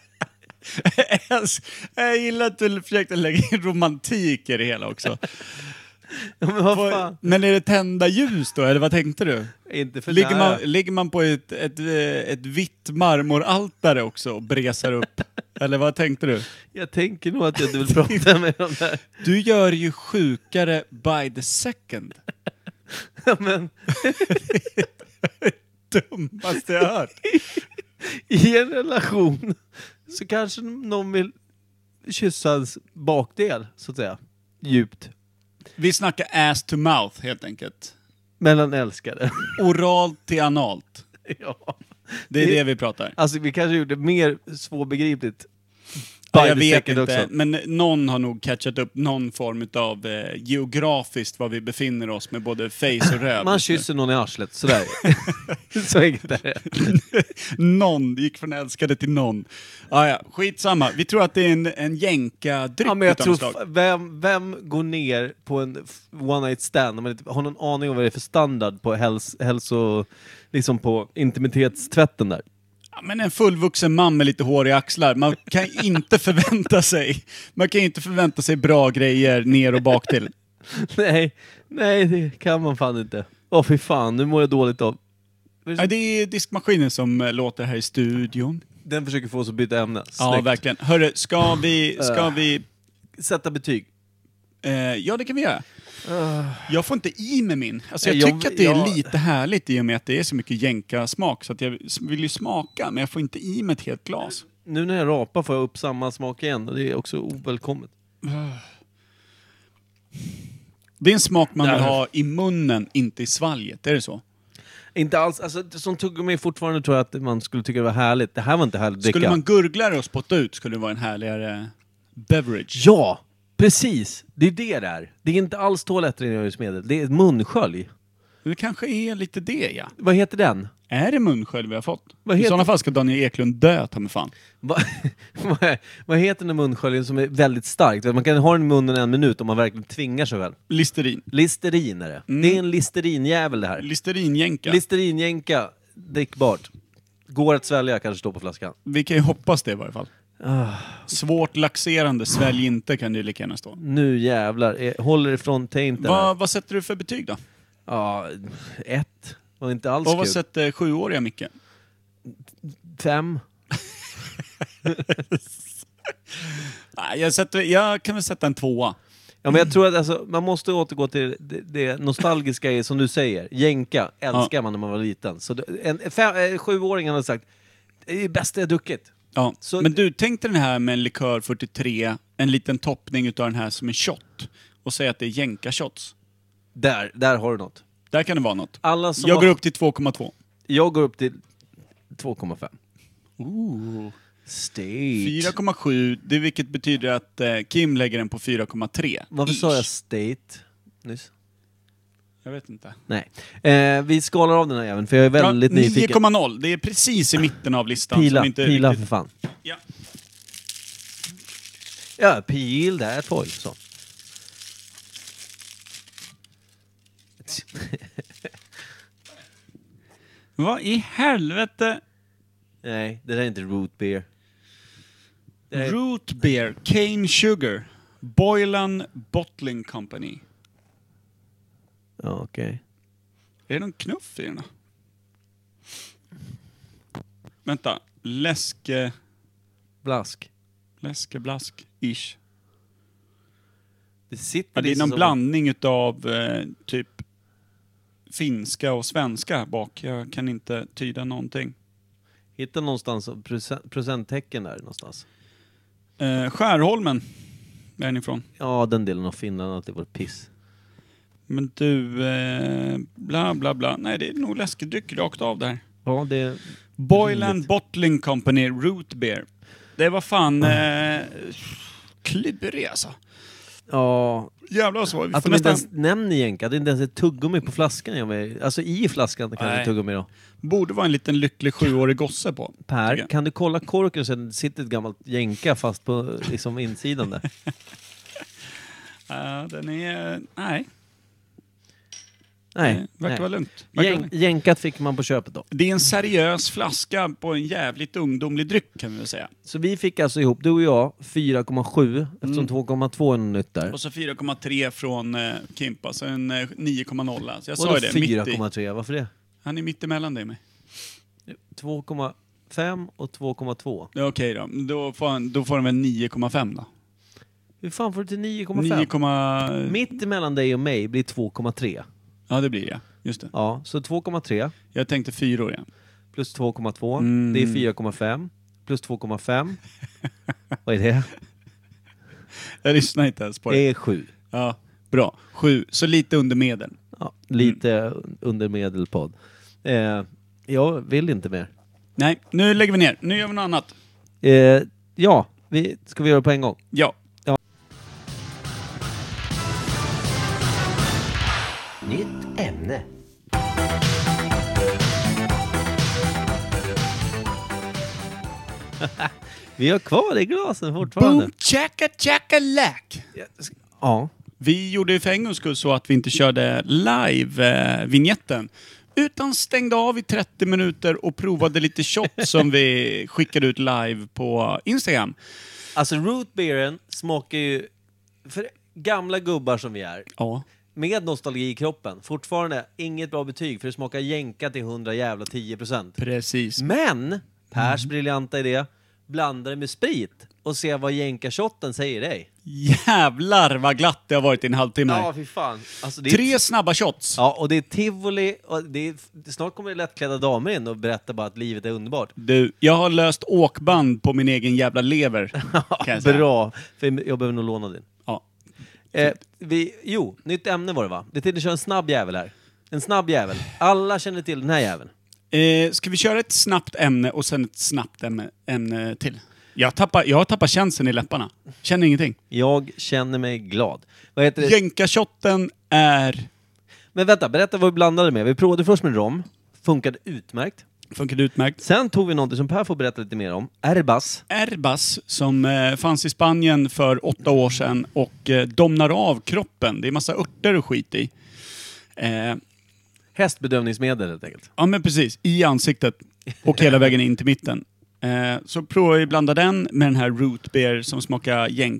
Jag gillar att du försökte lägga in romantik i det hela också. Men vad fan? Men är det tända ljus då? Eller vad tänkte du? Inte för ligger man på ett vitt marmoraltare också och bresar upp? Eller vad tänkte du? Jag tänker nog att jag vill prata med dem där. Du gör ju sjukare by the second. Ja, men... Dummaste jag hört. I en relation så kanske någon vill kyssa hans bakdel, så att säga. Djupt. Vi snackar ass to mouth helt enkelt. Mellan älskade. Oralt till analt. Ja. Det är det vi pratar. Alltså vi kanske gjorde mer svårbegripligt. Ja, jag vet inte, också. men någon har nog catchat upp någon form av geografiskt var vi befinner oss med både face och röv. Man kysser någon i arslet, sådär. Så enkelt är det. Någon gick från älskade till någon. Ja, skitsamma. Vi tror att det är en jänka-dryck. Ja, men jag tror vem går ner på en one night stand om man inte har någon aning om vad det är för standard på hälso liksom på intimitetstvätten där. Men en fullvuxen man med lite hår i axlar. Man kan inte förvänta sig bra grejer ner och bak till. Nej, det kan man fan inte. Fy fan, nu mår jag dåligt av. Ja, det är diskmaskinen som låter här i studion. Den försöker få oss att byta ämne. Snyggt. Ja, verkligen. Hörru, ska vi sätta betyg? Ja, det kan vi göra. Jag får inte i med min. Alltså jag tycker att det är lite härligt i och med att det är så mycket jänka-smak. Så att jag vill ju smaka, men jag får inte i med ett helt glas. Nu när jag rapar får jag upp samma smak igen och det är också ovälkommet. Det är en smak man vill ha i munnen, inte i svalget. Är det så? Inte alls. Alltså, som tuggummi fortfarande tror jag att man skulle tycka det var härligt. Det här var inte härligt. Skulle man gurgla det och spotta ut skulle det vara en härligare beverage. Ja, precis. Det är det där. Det är inte alls toalettrengöringsmedel. Det är ett munskölj. Det kanske är lite det, ja. Vad heter den? Är det munskölj vi har fått? I sådana fall ska Daniel Eklund dö, ta mig fan. Vad heter den munsköljen som är väldigt starkt? Man kan ha den i munnen 1 minut om man verkligen tvingar sig väl. Listerin. Listerin är det. Det är en listerinjävel det här. Listerinjänka. Listerinjänka, drickbart. Går att svälja, kanske står på flaskan. Vi kan ju hoppas det i varje fall. Svårt laxerande, svälj inte kan det lika gärna stå. Nu jävlar, håller ifrån tainten. Vad sätter du för betyg då? Ja, 1. Var inte alls och kul. Vad sätter 7-åriga Micke? 5. Jag kan väl sätta en 2. Ja, men jag tror att alltså, man måste återgå till det nostalgiska är, som du säger. Jänka älskar man när man var liten. Så 7-åringen hade sagt, det är det bästa jag druckit. Ja. Så- Men du, tänkte den här med en likör 43, en liten toppning utav den här som en shot. Och säga att det är jänka-shots. Där har du något. Där kan det vara något. Alla som Jag har- går upp till 2,2. Jag går upp till 2,5. Ooh. State. 4,7, det vilket betyder att Kim lägger den på 4,3. Varför sa jag state nyss? Jag vet inte. Nej. Vi skalar av den här jäveln, för jag är väldigt nyfiken. 9,0, det är precis i mitten av listan. Pila, som inte pila riktigt... för fan. Ja. Ja, peel that oil. Så. Vad i helvete? Nej, det där är inte root beer. Det är- Root beer, cane sugar, Boylan Bottling Company. Ja, okej. Är det någon knuff i den då? Vänta, Blask. läskeblask-ish. Det sitter Ja, det är liksom någon som- blandning utav typ finska och svenska här bak. Jag kan inte tyda någonting. Hitta någonstans procenttecken där någonstans. Skärholmen, där är ni ifrån. Ja, den delen av Finland, att det var piss. Men du, bla bla bla. Nej, det är nog läskedryck rakt av där. Ja, det... Boylan Bottling Company Root Beer. Det var fan klurig alltså. Ja, Jävlar så. Vi att får de inte nästan... ens nämner jänka. Att det inte ens är tuggummi på flaskan. Alltså i flaskan kan det Nej. tuggummi då. Borde vara en liten lycklig 7-årig gosse på. tycker Per, jag. kan du kolla korken så det sitter ett gammalt jänka fast på liksom insidan där? Den är... Nej. Nej. Verkar nej. vara lugnt. Verkar vara lugnt. Jänkat fick man på köpet då. Det är en seriös flaska på en jävligt ungdomlig dryck kan vi väl säga. Så vi fick alltså ihop, du och jag, 4,7 eftersom 2,2 är något nytt där. Och så 4,3 från Kimpa, så en 9,0. Så jag sa Vadå ju det, mitt i. 4,3? Varför det? Han är mitt emellan dig och mig. 2,5 och 2,2. Ja, okej då. Då får han väl 9,5 då. Hur fan får du till 9,5? 9, Mitt emellan dig och mig blir 2,3. ja, det blir det. Just det. Ja, så 2,3 Jag tänkte 4 igen. plus 2,2, Mm. det är 4,5. Plus 2,5. Vad är det? Jag lyssnar inte ens på Det det. är 7. Ja, bra. 7. Så lite under medel. Ja, lite under medelpodd. Jag vill inte mer. Nej, nu lägger vi ner. Nu gör vi något annat. Ja, ska vi göra det på en gång? Ja. Nytt ämne. Vi har kvar i glasen fortfarande. Boom, chaka lack. Ja. Vi gjorde ju för en gångs skull så att vi inte körde live-vignetten. Utan stängde av i 30 minuter och provade lite shot som vi skickade ut live på Instagram. Alltså root beeren smakar ju, för gamla gubbar som vi är, Ja. med nostalgi i kroppen, fortfarande inget bra betyg för det smakar jänka till 110%. Precis. Men Pers briljanta idé, blanda det med sprit och se vad jänka-shotten säger dig. Jävlar vad glatt det har varit i en halvtimme. Ja, fy fan. Alltså, det är 3 snabba shots. Ja, och det är tivoli och snart kommer det lättklädda damer in och berätta bara att livet är underbart. Du, jag har löst åkband på min egen jävla lever. Kan jag säga. Bra, för jag behöver nog låna din. Ja. Nytt ämne var det va? Det är till att köra en snabb jävel här. En snabb jävel. Alla känner till den här jäveln. Ska vi köra ett snabbt ämne och sen ett snabbt ämne till? Jag har tappat känslan i läpparna. Känner ingenting. Jag känner mig glad. Vad heter det? Jänka-shotten är... Men vänta, berätta vad vi blandade med. Vi provade först med rom. Funkade utmärkt. Funkade utmärkt. Sen tog vi något som Per får berätta lite mer om. Erbas. Erbas som fanns i Spanien för 8 år sedan och domnar av kroppen. Det är massa örter och skit i. Hästbedövningsmedel helt enkelt. Ja men precis, i ansiktet och hela vägen in till mitten. Så provar vi blanda den med den här root beer som smakar jänka.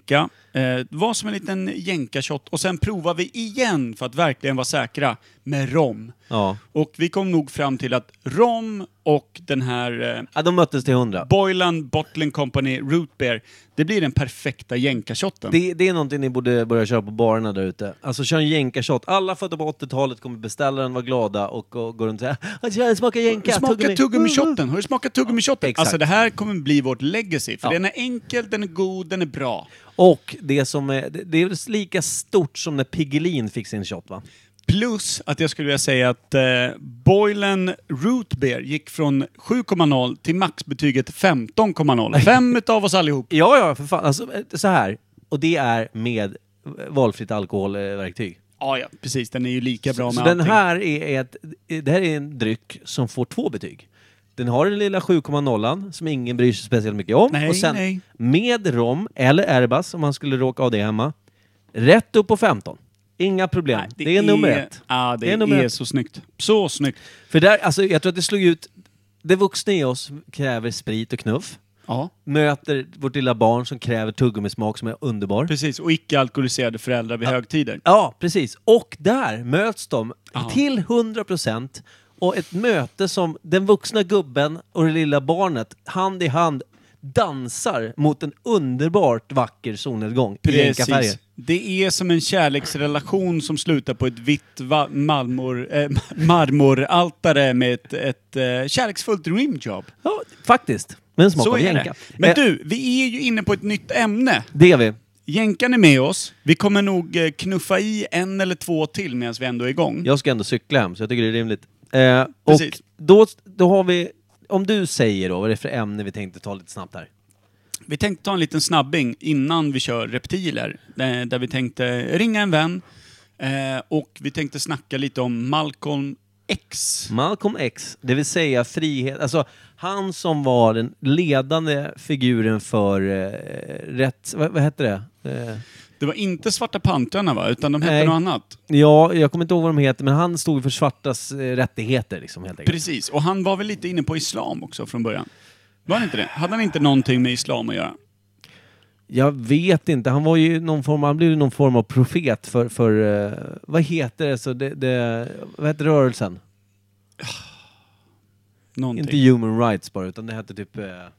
var som en liten jänkarshot och sen provar vi igen för att verkligen vara säkra med rom. Ja. Och vi kom nog fram till att rom och den här Ja, de möttes till 100. Boylan Bottling Company Root Beer, det blir den perfekta jänkashotten. Det är någonting ni borde börja köra på barerna där ute. Alltså kör en jänkarshot. Alla födda på 80-talet kommer beställa den, vara glada och gå runt och säga det smakar jänka. Smaka tuggummi-shotten. Har du smakat tuggummi-shotten? Exakt. Alltså det här kommer bli vårt legacy. För Ja. den är enkel, den är god, den är bra. Och det som är, det är lika stort som när Piggelin fick sin shot, va? Plus att jag skulle vilja säga att Boylan Root Beer gick från 7,0 till maxbetyget 15,0. 5 utav oss allihop. Ja, för fan. Alltså, så här. Och det är med valfritt alkoholverktyg. Ja, precis. Den är ju lika bra med Så allting. den här är det här är en dryck som får 2 betyg. Den har den lilla 7,0 som ingen bryr sig speciellt mycket om. Nej, och sen nej. med rom eller Airbus, om man skulle råka av det hemma, rätt upp på 15. Inga problem. Nej, det är nummer 1. Ja, det nummer är ett. så snyggt. Så snyggt. För där, alltså, jag tror att det slog ut... Det vuxna i oss kräver sprit och knuff. Ja, Möter vårt lilla barn som kräver tuggummismak som är underbar. precis. Och icke-alkoholiserade föräldrar vid högtider. Ja, precis. Och där möts de Ja. till 100%. Och ett möte som den vuxna gubben och det lilla barnet hand i hand dansar mot en underbart vacker solnedgång i jänkarfärger. Precis. Det är som en kärleksrelation som slutar på ett vitt marmoraltare med ett kärleksfullt rimjob. Ja, faktiskt. Men en smak Så av är jänka. det. Men du, vi är ju inne på ett nytt ämne. Det är vi. Jänkan är med oss. Vi kommer nog knuffa i 1 eller 2 till medan vi ändå är igång. Jag ska ändå cykla hem, så jag tycker det är rimligt. Och Precis. då har vi... Om du säger då, vad är det för ämne vi tänkte ta lite snabbt här? Vi tänkte ta en liten snabbing innan vi kör reptiler. Där vi tänkte ringa en vän. Och vi tänkte snacka lite om Malcolm X. Malcolm X, det vill säga frihet. Alltså, han som var den ledande figuren för rätt... Vad heter det? Det var inte Svarta Pantrarna, va? Utan de hette Nej. något annat. Ja, jag kommer inte ihåg vad de heter, men han stod för svartas rättigheter liksom, helt enkelt. Precis. Och han var väl lite inne på islam också från början. Var han inte det? Hade han inte någonting med islam att göra? Jag vet inte, han var ju han blev ju någon form av profet för vad heter det så vad heter rörelsen? Någonting. Inte human rights bara, utan det hette typ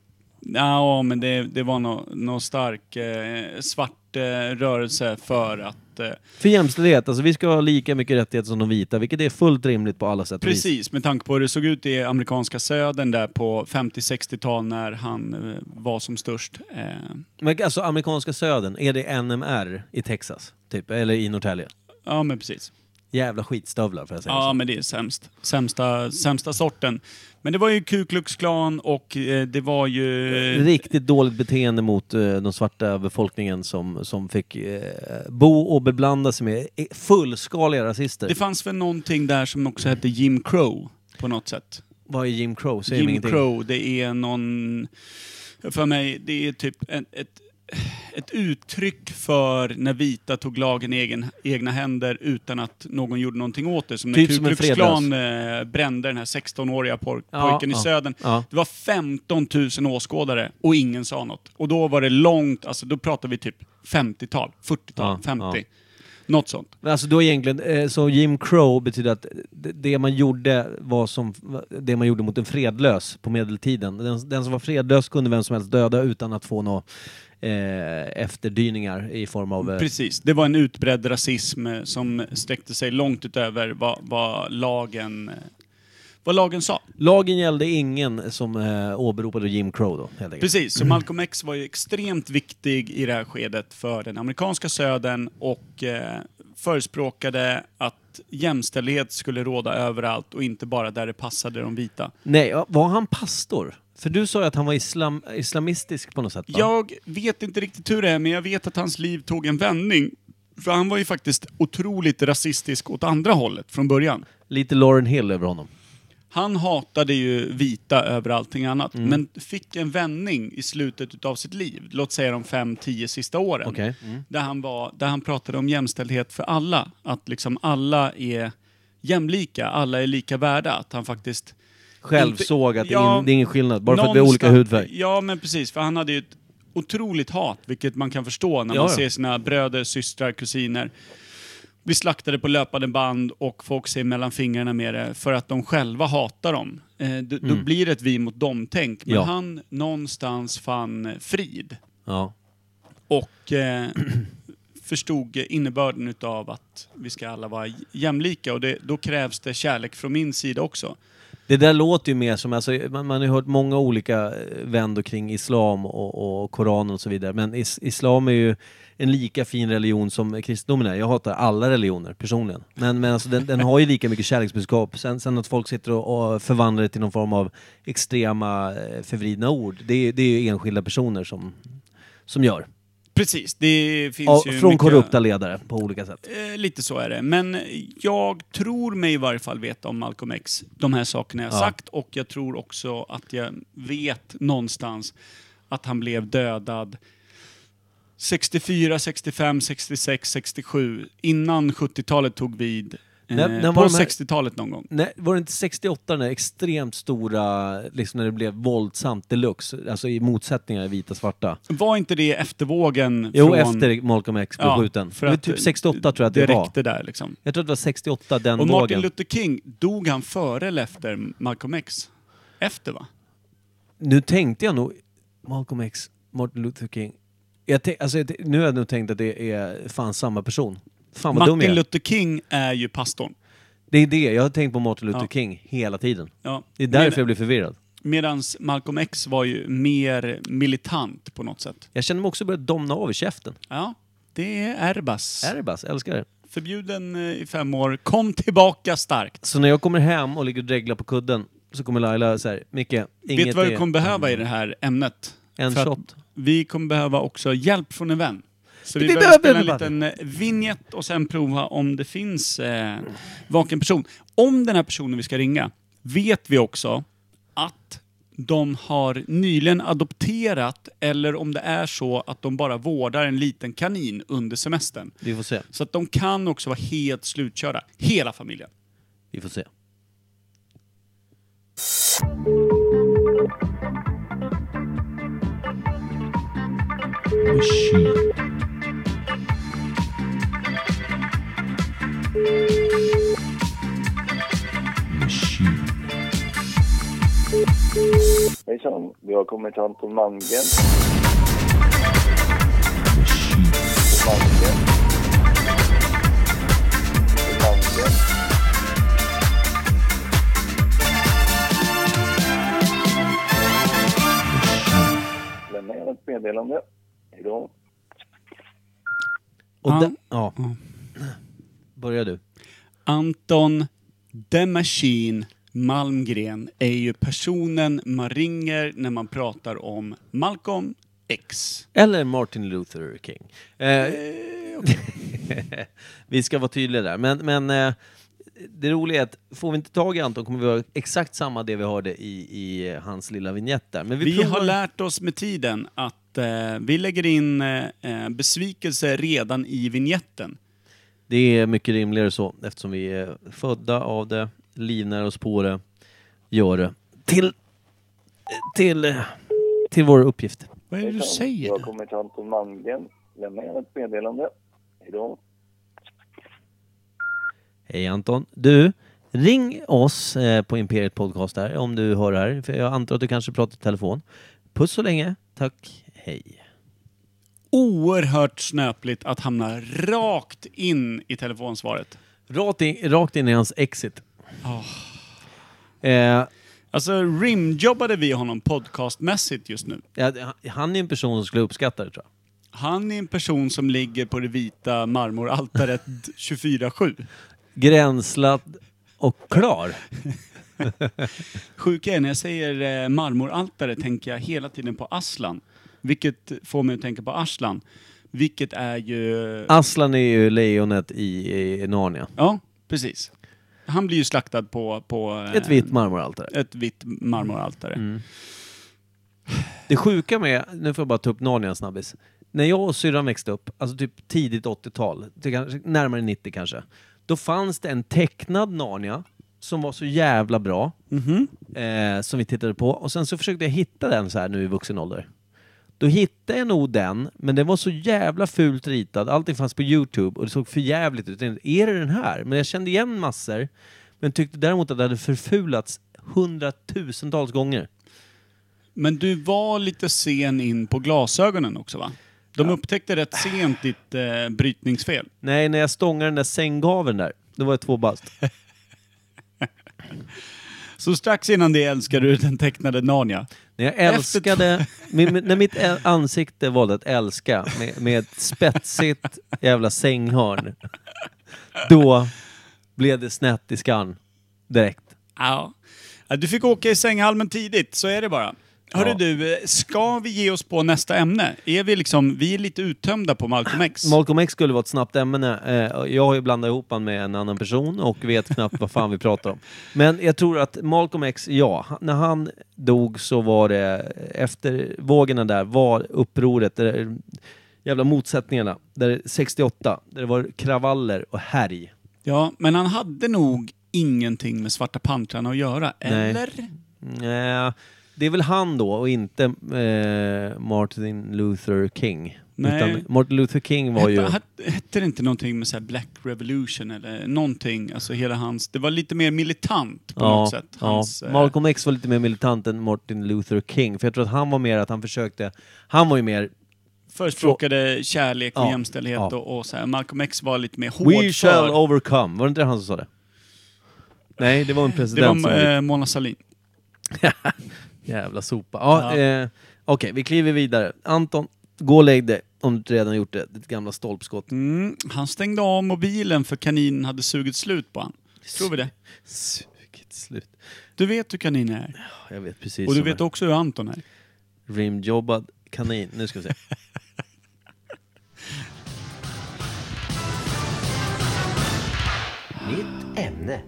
Ja, men det var någon stark svart rörelse för att... för jämställdhet, alltså vi ska ha lika mycket rättigheter som de vita, vilket är fullt rimligt på alla sätt och vis. Precis, med tanke på hur det såg ut i amerikanska södern där på 50-60-tal när han var som störst. Men alltså amerikanska södern, är det NMR i Texas typ, eller i Norrtälje? Ja, men precis. Jävla skitstövlar för jag säga Ja, så. men det är sämst. Sämsta sorten. Men det var ju Ku Klux Klan och det var ju... Riktigt dåligt beteende mot de svarta befolkningen som fick bo och beblanda sig med fullskaliga rasister. Det fanns väl någonting där som också hette Jim Crow på något sätt. Vad är Jim Crow? Säger mig Jim ingenting. Crow, det är någon... För mig, det är typ ett uttryck för när vita tog lagen i egna händer utan att någon gjorde någonting åt det. Som Typ när som en Ku Klux Klan brände den här 16-åriga pojken i södern. Ja. Det var 15 000 åskådare och ingen sa något. Och då var det långt, alltså då pratar vi typ 50-tal, 40-tal, Ja, 50. ja. Något sånt. Men alltså då egentligen, så Jim Crow betyder att det man gjorde var som det man gjorde mot en fredlös på medeltiden. Den som var fredlös kunde vem som helst döda utan att få några efterdyningar i form av... Precis, det var en utbredd rasism som sträckte sig långt utöver vad lagen sa. Lagen gällde ingen som åberopade Jim Crow då, helt enkelt. Precis, så Malcolm X var ju extremt viktig i det här skedet för den amerikanska södern och förespråkade att jämställdhet skulle råda överallt och inte bara där det passade de vita. Nej, var han pastor? För du sa ju att han var islamistisk på något sätt, va? Jag vet inte riktigt hur det är, men jag vet att hans liv tog en vändning. För han var ju faktiskt otroligt rasistisk åt andra hållet från början. Lite Lauryn Hill över honom. Han hatade ju vita över allting annat, men fick en vändning i slutet av sitt liv. Låt säga de 5-10 sista åren. Okej. Där han pratade om jämställdhet för alla. Att liksom alla är jämlika, alla är lika värda. Att han faktiskt... Själv inte- såg att Ja, det är ingen skillnad, bara för att vi har olika hudfärg. Ja, men precis. För han hade ju ett otroligt hat, vilket man kan förstå när man ser sina bröder, systrar, kusiner bli slaktade på löpande band och folk ser mellan fingrarna med det för att de själva hatar dem. Då blir det ett vi mot dem-tänk. Men han någonstans fann frid. Ja. Och förstod innebörden utav att vi ska alla vara jämlika. Och då krävs det kärlek från min sida också. Det där låter ju mer som, alltså, man har ju hört många olika vändor kring islam och Koranen och så vidare. Men islam är ju en lika fin religion som kristendomen är. Jag hatar alla religioner personligen. Men alltså, den har ju lika mycket kärleksbudskap. Sen att folk sitter och förvandlar det till någon form av extrema förvridna ord. Det är ju enskilda personer som gör. Precis, det finns ju från mycket, korrupta ledare på olika sätt. Lite så är det. Men jag tror mig i varje fall veta om Malcolm X, de här sakerna jag sagt. Och jag tror också att jag vet någonstans att han blev dödad 64, 65, 66, 67. Innan 70-talet tog vid. På 60-talet någon gång. Nej, var det inte 68 den extremt stora, liksom när det blev våldsamt deluxe, alltså i motsättningar i vita svarta? Var inte det eftervågen? Jo, efter Malcolm X blev skjuten. För det var typ 68 tror jag att det var. räckte där liksom. Jag tror att det var 68 den vågen. Och Martin Luther King, dog han före eller efter Malcolm X? Efter, va? Nu tänkte jag nog Malcolm X, Martin Luther King. Nu har jag nog tänkt att det är fan samma person. Fan vad Martin Luther King är ju pastorn. Det är det, jag har tänkt på Martin Luther King hela tiden. Ja. Det är därför jag blir förvirrad. Medans Malcolm X var ju mer militant på något sätt. Jag känner mig också börjat domna av i käften. Ja, det är Erbas. Erbas, älskar det. Förbjuden i 5 år, kom tillbaka starkt. Så när jag kommer hem och ligger och dreglar på kudden så kommer Laila så här, Micke, vet du vad vi kommer behöva i det här ämnet? En shot. Vi kommer behöva också hjälp från en vän. Så vi behöver spela en liten vignett och sen prova om det finns vaken person. Om den här personen vi ska ringa vet vi också att de har nyligen adopterat eller om det är så att de bara vårdar en liten kanin under semestern. Vi får se. Så att de kan också vara helt slutkörda. Hela familjen. Vi får se. Hejsan, vi har kommit till Anton Malmgren. Malmgren. Lämna gärna ett meddelande. Hejdå. Och börjar du. Anton The Machine Malmgren är ju personen man ringer när man pratar om Malcolm X. Eller Martin Luther King. Vi ska vara tydliga där. Men det roliga är att får vi inte tag i Anton kommer vi ha exakt samma det vi hörde i hans lilla vignett där. Men vi har lärt oss med tiden att vi lägger in besvikelse redan i vignetten. Det är mycket rimligare så eftersom vi är födda av det, livnär oss på det, gör det till vår uppgift. Vad är det du säger? Jag kommer till Anton Malmgren. Lämna gärna ett meddelande. Hejdå. Hej Anton. Du, ring oss på Imperiet Podcast här om du hör här. För jag antar att du kanske pratar i telefon. Puss så länge. Tack. Hej. Oerhört snöpligt att hamna rakt in i telefonsvaret. Rakt in i hans exit. Alltså rimjobbade vi honom podcastmässigt just nu. Ja, han är en person som skulle uppskatta det tror jag. Han är en person som ligger på det vita marmoraltaret 24/7. Gränslat och klar. Sjuka är när jag säger marmoraltare tänker jag hela tiden på Aslan. Vilket får mig att tänka på Aslan. Vilket är ju... Aslan är ju lejonet i Narnia. Ja, precis. Han blir ju slaktad på ett vitt marmoraltare. Ett vitt marmoraltare. Mm. Det sjuka med, nu får jag bara ta upp Narnia snabbis. När jag och syrran växte upp, alltså typ tidigt 80-tal, närmare 90 kanske, då fanns det en tecknad Narnia som var så jävla bra, som vi tittade på. Och sen så försökte jag hitta den så här nu i vuxen ålder. Då hittade jag nog den, men den var så jävla fult ritad. Allting fanns på YouTube och det såg för jävligt ut. Jag tänkte, är det den här? Men jag kände igen massor, men tyckte däremot att det hade förfulats 100,000-tals gånger. Men du var lite sen in på glasögonen också, va? De upptäckte rätt sent ditt brytningsfel. Nej, när jag stångade den där sänggaveln där, då var jag 2 bast. Så strax innan det älskade du den tecknade Narnia. När jag älskade, när mitt ansikte valde att älska med ett spetsigt jävla sänghörn, då blev det snett i skan direkt. Ja. Du fick åka i sänghalmen tidigt, så är det bara. Hörru du, ska vi ge oss på nästa ämne? Vi är lite uttömda på Malcolm X. Malcolm X skulle vara ett snabbt ämne. Jag har ju blandat ihop han med en annan person och vet knappt vad fan vi pratar om. Men jag tror att Malcolm X, när han dog så var det efter vågorna där var upproret, där jävla motsättningarna, där 68, där det var kravaller och härj. Ja, men han hade nog ingenting med Svarta Pantrarna att göra, eller? Nej. Det är väl han då och inte Martin Luther King. Nej. Utan Martin Luther King var ju... Hette det inte någonting med så här Black Revolution eller någonting? Alltså hela hans... Det var lite mer militant på något sätt. Hans, Malcolm X var lite mer militant än Martin Luther King. För jag tror att han var mer att han försökte... Han var ju mer... Förespråkade kärlek och jämställdhet och så här. Malcolm X var lite mer hård. We shall overcome. Var det inte han som sa det? Nej, det var en president. Det var Mona Sahlin. Jävla sopa. Okej, vi kliver vidare. Anton, gå och lägg dig om du inte redan gjort det. Ditt gamla stolpskott. Han stängde av mobilen för kaninen hade sugit slut på han. Tror vi det? Sugit slut. Du vet hur kaninen är. Ja, jag vet precis. Och du vet också hur Anton är. Rimjobbad kanin. Nu ska vi se. Nytt ämne.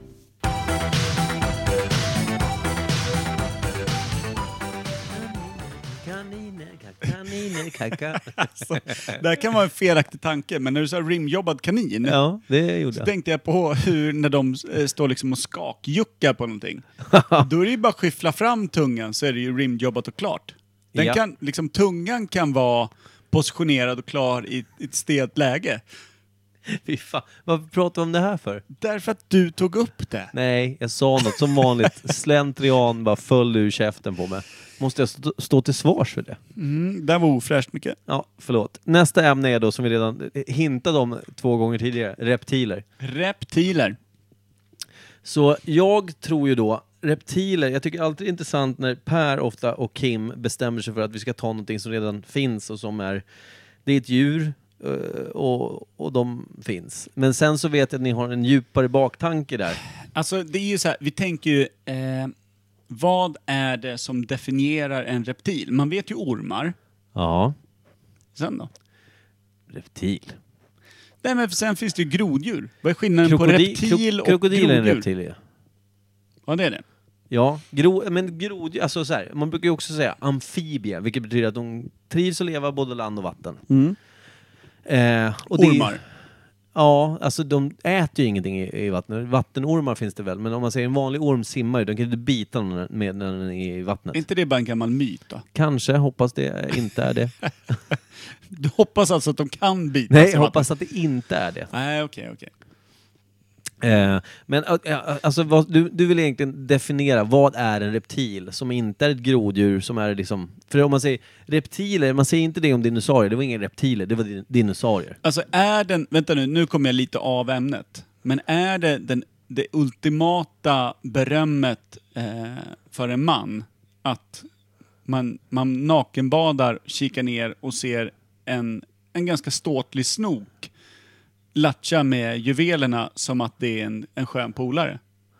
Kaniner, kaka. Alltså, det här kan vara en felaktig tanke, men när du sa rimjobbad kanin, ja, det gjorde så jag. tänkte jag på hur när de står liksom och skakjuckar på någonting. Då är det ju bara att skyffla fram tungan så är det ju rimjobbat och klart. Kan, liksom, tungan kan vara positionerad och klar i ett stelt läge. Fy fan. Varför pratar vi om det här för? Därför att du tog upp det. Nej, jag sa något som vanligt. Slentrian bara föll ur käften på mig. Måste jag stå till svars för det? Det var ofräscht mycket. Ja, förlåt. Nästa ämne är då, som vi redan hintade om 2 gånger tidigare, reptiler. Reptiler. Så jag tror ju då, reptiler, jag tycker alltid det är intressant när Per ofta och Kim bestämmer sig för att vi ska ta någonting som redan finns och som är, det är ett djur och de finns. Men sen så vet jag att ni har en djupare baktanke där. Alltså det är ju så här, vi tänker ju vad är det som definierar en reptil? Man vet ju ormar. Ja. Sen då? Reptil. Nej, men sen finns det ju groddjur. Vad är skillnaden på reptil och krokodil är en groddjur? reptil, ja. Ja, det är det. Ja, men groddjur, alltså så här, man brukar ju också säga amfibie, vilket betyder att de trivs att leva både land och vatten. Och ormar. Ja, alltså de äter ju ingenting i vattnet. Vattenormar finns det väl, men om man säger en vanlig orm simmar ju, de kan inte bita när den är i vattnet. Är inte det bara en gammal myt då? Kanske, hoppas det inte är det. Du hoppas alltså att de kan bita? Nej, jag hoppas att det inte är det. Nej, okej. Men alltså, du vill egentligen definiera vad är en reptil som inte är ett groddjur, som är liksom, för om man säger reptiler, man säger inte det om dinosaurier, det var ingen reptiler, det var dinosaurier. Alltså är den, vänta nu kommer jag lite av ämnet, men är det det ultimata berömmet för en man att man nakenbadar, kikar ner och ser en ganska ståtlig snok latcha med juvelerna som att det är en skön polare?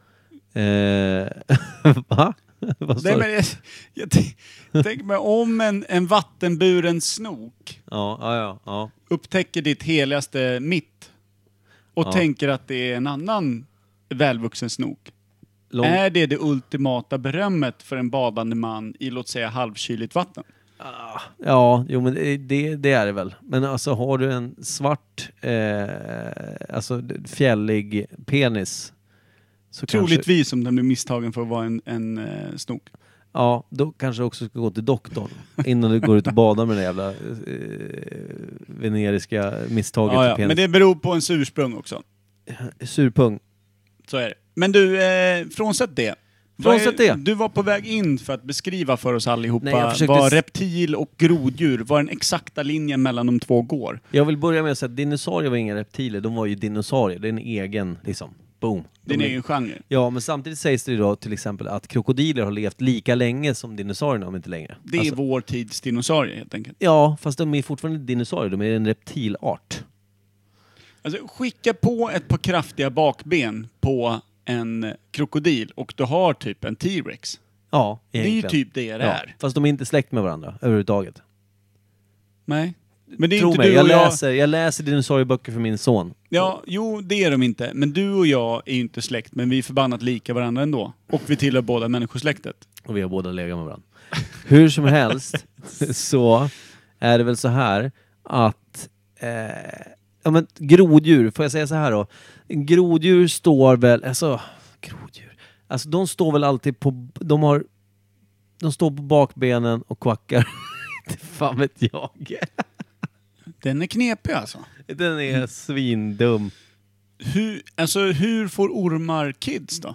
Va? Vad sa du? Jag tänker mig om en vattenburen snok Ja. upptäcker ditt heligaste mitt och tänker att det är en annan välvuxen snok. Är det ultimata berömmet för en badande man i, låt säga, halvkyligt vatten? Ja, jo, men det är det väl. Men alltså, har du en svart alltså fjällig penis så troligtvis kanske... om den blir misstagen för att vara en snok. Ja, då kanske också ska gå till doktorn innan du går ut och badar med det jävla veneriska misstaget. Ja, men det beror på ens ursprung också. Surpung. Så är det. Men du, frånsett det. Du var på väg in för att beskriva för oss allihopa vad reptil och groddjur, var den exakta linjen mellan de två går. Jag vill börja med att säga att dinosaurier var inga reptiler, de var ju dinosaurier. Det är en egen, liksom, boom. Det är en egen genre. Ja, men samtidigt sägs det då till exempel att krokodiler har levt lika länge som dinosaurierna, om inte längre. Det är vår tids dinosaurier helt enkelt. Ja, fast de är fortfarande dinosaurier, de är en reptilart. Alltså skicka på ett par kraftiga bakben på en krokodil och du har typ en T-Rex. Ja, egentligen. Det är ju typ det är. Fast de är inte släkt med varandra överhuvudtaget. Nej. Men det är Tro inte mig, du och jag läser dinosaurieböcker för min son. Ja, jo, det är de inte. Men du och jag är ju inte släkt, men vi är förbannat lika varandra ändå. Och vi tillhör båda människosläktet. Och vi har båda legat med varandra. Hur som helst så är det väl så här att ja, men groddjur, får jag säga så här då? Groddjur står väl, alltså de står väl alltid på, de står på bakbenen och kvackar. Inte fan vet jag. Den är knepig alltså. Den är svindum. Hur får ormar kids då?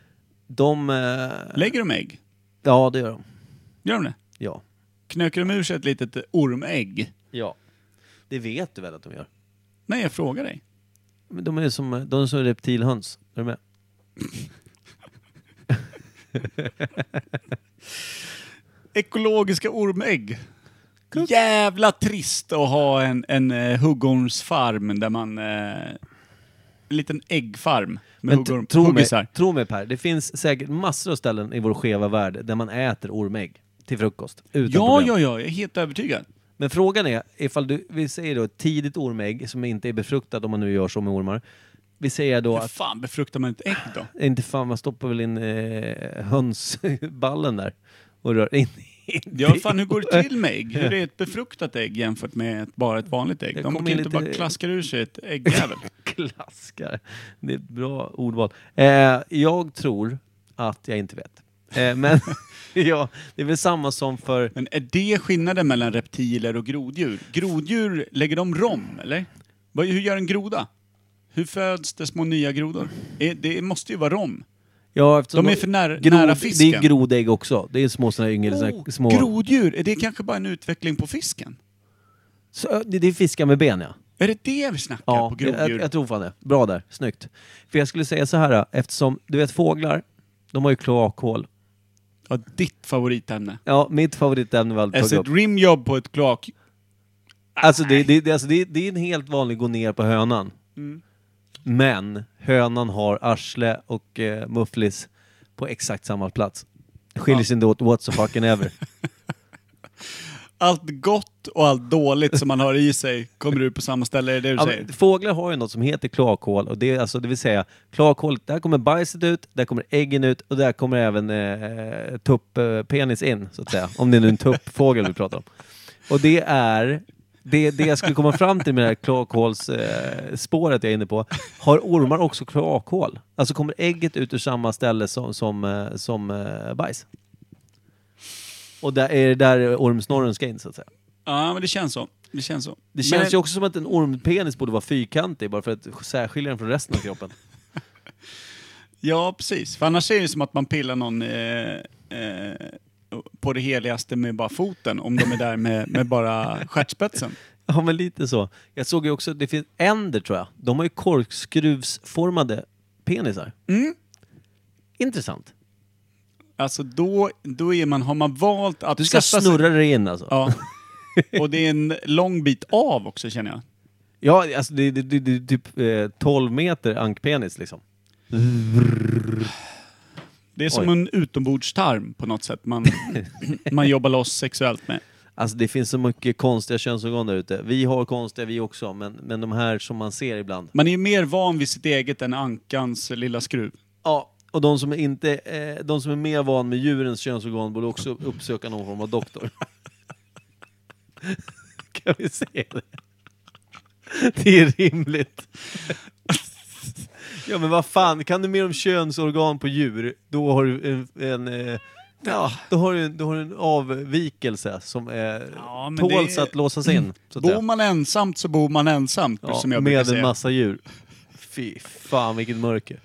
Lägger de ägg? Ja, det gör de. Gör de det? Ja. Knöker de ur sig ett litet ormägg? Ja. Det vet du väl att de gör? Nej, jag frågar dig. Men de är som reptilhöns. Är du med? Ekologiska ormägg. Jävla trist att ha en huggormsfarm där man... en liten äggfarm med huggisar. Tro mig Per, det finns säkert massor av ställen i vår skeva värld där man äter ormägg till frukost. Ja, jag är helt övertygad. Men frågan är, ifall vi säger då ett tidigt ormägg som inte är befruktat, om man nu gör så med ormar. Vi säger då att... fan befruktar man ett ägg då? Inte fan, man stoppar väl in hönsballen där och rör in. Ja, fan, hur går det till med ägg? Hur är ett befruktat ägg jämfört med bara ett vanligt ägg? De kan ju inte bara klaskar ur sig ett äggjävel. Klaskar. Det är ett bra ordval. Jag tror att jag inte vet. Men ja, det är väl samma som för... Men är det skillnaden mellan reptiler och groddjur? Groddjur, lägger de rom, eller? Hur gör en groda? Hur föds det små nya grodor? Det måste ju vara rom. Ja, de är för nära fisken. Det är grodägg också. Det är små såna yngel, små... Groddjur, är det kanske bara en utveckling på fisken? Så, det är fiskar med ben, ja. Är det vi snackar på groddjur? Jag tror fan det. Bra där, snyggt. För jag skulle säga så här, eftersom, du vet fåglar, de har ju kloakhål. Ja, ditt favoritämne. Ja, mitt favoritämne var alltså ett rimjobb på ett kloak. Alltså det är en helt vanlig gå ner på hönan. Mm. Men hönan har arsle och mufflis på exakt samma plats. Skiljer sig inte åt what's the fucking ever. Allt gott och allt dåligt som man har i sig kommer ut på samma ställe, är det du säger? Fåglar har ju något som heter kloakhål, och det är alltså, det vill säga kloakhålet, där kommer bajset ut, där kommer äggen ut och där kommer även tupppenis in, så att säga. Om det är nu en tuppfågel vi pratar om. Och det är det jag skulle komma fram till med det här kloakhålsspåret jag är inne på. Har ormar också kloakhål? Alltså kommer ägget ut ur samma ställe som bajs? Och där är det där ormsnorren ska in, så att säga. Ja, men det känns så. Det känns ju också som att en ormpenis borde vara fyrkantig, bara för att särskilja den från resten av kroppen. Ja, precis. För annars är det som att man pillar någon på det heligaste med bara foten, om de är där med bara stjärtspetsen. Ja, men lite så. Jag såg ju också, det finns änder, tror jag. De har ju korkskruvsformade penisar. Mm. Intressant. Alltså då har man valt att... Du ska snurra dig in alltså. Ja. Och det är en lång bit av också, känner jag. Ja, alltså det är typ 12 meter ankpenis liksom. Det är som en utombordstarm på något sätt. Man jobbar loss sexuellt med. Alltså det finns så mycket konstiga könsorgan där ute. Vi har konstiga vi också, men de här som man ser ibland. Man är mer van vid sitt eget än ankans lilla skruv. Ja, och de som är mer van med djurens könsorgan borde också uppsöka någon form av doktor. Kan vi säga det? Det är rimligt. Ja, men vad fan, kan du mer om könsorgan på djur, då har du Ja, då har du en avvikelse som är Ja, men tåls det- att låsas in. Så att Bor säga. man ensamt så bor man ensamt, Ja, som jag brukar med en säga. massa djur. Fy fan vilket mörker.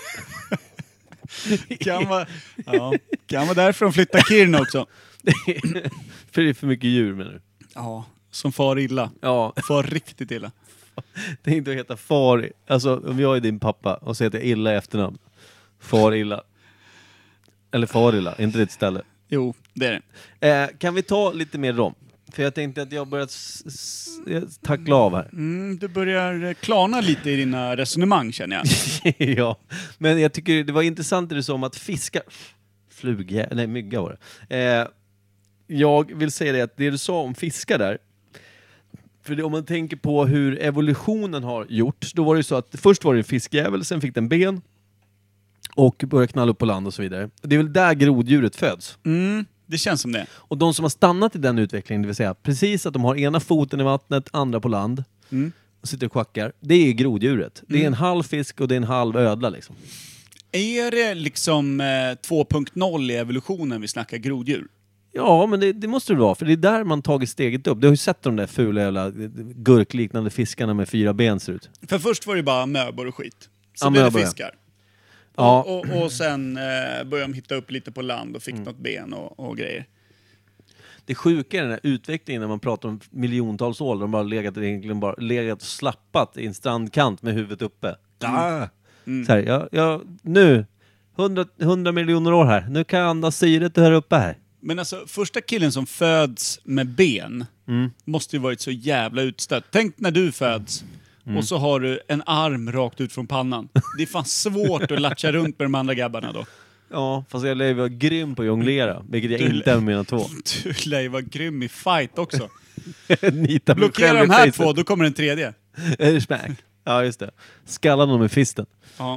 Kan vara därför de flyttar Kiruna också. För det är för mycket djur menar du? Ja, som far illa. Ja, Far riktigt illa. tänk dig att heta far. Alltså om jag är din pappa och så heter jag illa i efternamn. Far illa. Eller far illa, är inte det ett ställe? Jo, det är det. Kan vi ta lite mer rom? För jag tänkte att jag börjat tackla av här. Du börjar klarna lite i dina resonemang, känner jag. Ja, men jag tycker det var intressant det du sa om att fiska... mygga var det. Jag vill säga det att det du sa om fiskar där, för om man tänker på hur evolutionen har gjort, då var det ju så att först var det en fiskjävel, sen fick den ben och började knalla upp på land och så vidare. Det är väl där groddjuret föds. Det känns som det. Och de som har stannat i den utvecklingen, det vill säga precis att de har ena foten i vattnet, andra på land och sitter och schackar, det är groddjuret. Det är en halv fisk och det är en halv ödla liksom. Är det liksom 2.0 i evolutionen vi snackar groddjur? Ja, men det måste det vara, för det är där man tagit steget upp. Du har ju sett de där fula jävla gurkliknande fiskarna med 4 ben ser ut. För först var det bara möbor och skit. Så Ja, blev det möbor, ja. fiskar. Ja. Och sen började de hitta upp lite på land och fick något ben och grejer. Det sjuka är den här utvecklingen när man pratar om miljontals år. De bara legat och slappat i en strandkant med huvudet uppe. Så här, nu, 100 miljoner år här. Nu kan jag andas syret här uppe här. Men alltså, första killen som föds med ben måste ju varit så jävla utstött. Tänk när du föds och så har du en arm rakt ut från pannan. Det är fan svårt att latcha runt med de andra grabbarna då. Ja, fast jag lär ju vara grym på att jonglera, vilket jag inte är med mina 2. Du lär ju vara grym i fight också. Nita mig Blockera själv i de här facet. 2, då kommer den tredje. Smack. Ja, just det. Skallar någon med fisten. Ja.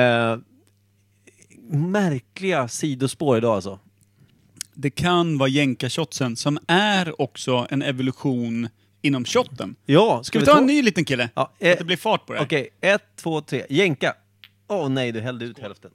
Märkliga sidospår idag alltså. Det kan vara jänkarshotsen som är också en evolution inom shotten. Ja, Ska vi ta en ny liten kille? Ja, Så att det blir fart på det här. Okej, 1, 2, 3. Jänka. Åh nej, du hällde ut hälften.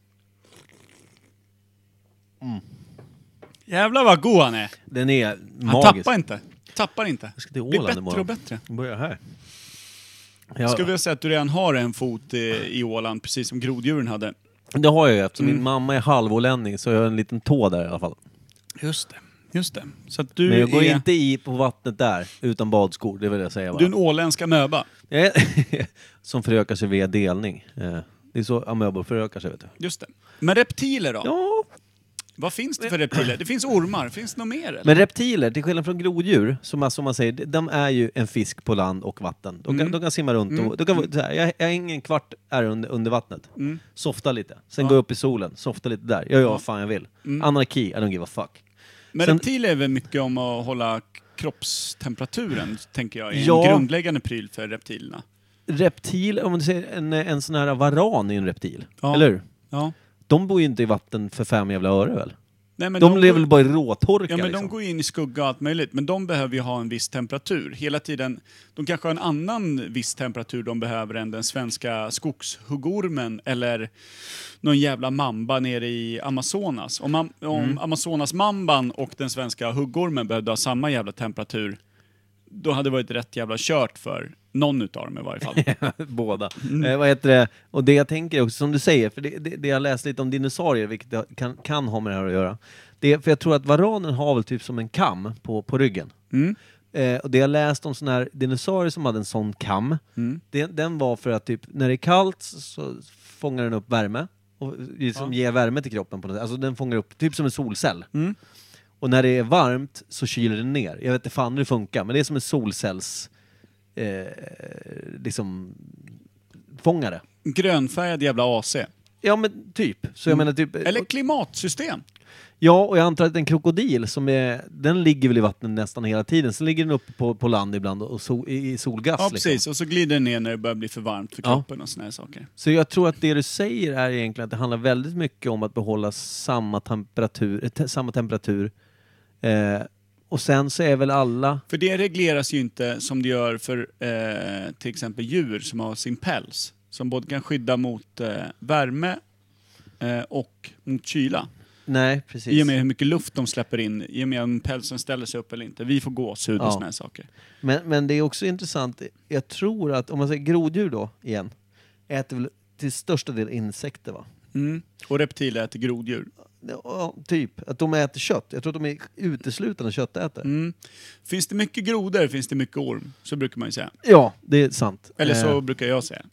Jävlar vad god han är. Den är Han magisk. tappar inte. Jag ska till Blir Åland bättre imorgon. och bättre. Jag börjar här. Ja, Ska vi säga att du redan har en fot i Åland, precis som groddjuren hade? det har jag ju, eftersom min mamma är halvålänning så jag har en liten tå där i alla fall. Just det. Så att du Men jag går är, inte i på vattnet där utan badskor, det vill jag säga bara. du är en åländsk amöba. Som förökar sig via delning. Det är så amöbor förökar sig, vet du. Just det. Men reptiler då? Ja, Vad finns det för reptiler? Det finns ormar. Finns det något mer eller? men reptiler, till skillnad från groddjur, som man säger, de är ju en fisk på land och vatten. De kan simma runt och... Så här, jag hänger en kvart är under vattnet. Softa lite. Sen går jag upp i solen. Softa lite där. Jag gör vad fan jag vill. Anarki, I don't give a fuck. Men Sen- reptiler är väl mycket om att hålla kroppstemperaturen, tänker jag, är Ja. en grundläggande pryl för reptilerna. Reptil, om du säger en sån här varan är en reptil. Ja. Eller hur? Ja. De bor ju inte i vatten för 5 jävla öre väl? Nej, men De lever går- väl bara i råtorka Ja, men liksom. de går in i skugga och allt möjligt. Men de behöver ju ha en viss temperatur. Hela tiden. De kanske har en annan viss temperatur de behöver än den svenska skogshuggormen eller någon jävla mamba nere i Amazonas. Om Amazonas-mamban och den svenska huggormen behövde ha samma jävla temperatur, då hade det varit rätt jävla kört för någon utav dem i varje fall. Båda. Vad heter det? Och det jag tänker också, som du säger, för det jag läst lite om dinosaurier, vilket jag kan ha med det här att göra. För jag tror att varanen har väl typ som en kam på ryggen. Och det jag läst om såna här dinosaurier som hade en sån kam, den var för att typ, när det är kallt så fångar den upp värme. Och liksom ger värme till kroppen på något sätt. Alltså den fångar upp, typ som en solcell. Och när det är varmt så kyler den ner. Jag vet inte fan hur det funkar, men det är som en solcells liksom fångare. Grönfärgad jävla AC. Ja men typ. Så jag menar typ... Eller klimatsystem. Ja, och jag antar att en krokodil som är... Den ligger väl i vattnet nästan hela tiden. Sen ligger den uppe på land ibland och i solgas. Ja, liksom. precis. Och så glider den ner när det börjar bli för varmt för kroppen och såna här saker. Så jag tror att det du säger är egentligen att det handlar väldigt mycket om att behålla samma temperatur. Och sen så är väl alla... För det regleras ju inte som det gör för till exempel djur som har sin päls. Som både kan skydda mot värme och mot kyla. Nej, precis. I och med hur mycket luft de släpper in, i och med om pälsen ställer sig upp eller inte. Vi får gåshud och Ja. såna här saker. Men det är också intressant, jag tror att, om man säger groddjur då, igen, äter väl till största del insekter va? Mm. Och reptiler äter groddjur. Ja, typ. Att de äter kött. Jag tror att de är uteslutande köttätare. Mm. Finns det mycket grodor finns det mycket orm. Så brukar man ju säga. Ja, det är sant. Eller så brukar jag säga.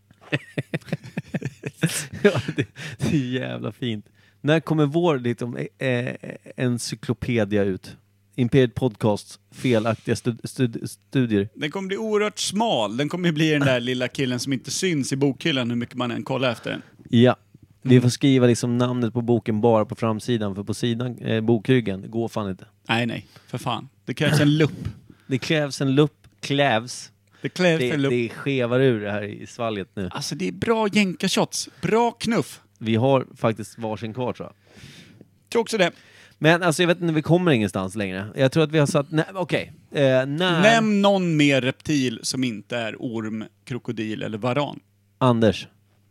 Ja, det är jävla fint. När kommer vår liksom, encyklopedia ut? Imperiet Podcast, felaktiga studier. Den kommer bli oerhört smal. Den kommer bli den där lilla killen som inte syns i bokhyllan hur mycket man än kollar efter den. Ja. Vi får skriva liksom namnet på boken bara på framsidan, för på sidan, bokryggen, det går fan inte. Nej, för fan. Det krävs en lupp. Det krävs en lupp, krävs. Det krävs en lupp. Det skevar ur det här i svalget nu. Alltså det är bra jänkarshots. Bra knuff. Vi har faktiskt varsin kvar tror jag. Tror också det. Men alltså jag vet inte, vi kommer ingenstans längre. Jag tror att vi har satt... Okej. När... Nämn någon mer reptil som inte är orm, krokodil eller varan. Anders.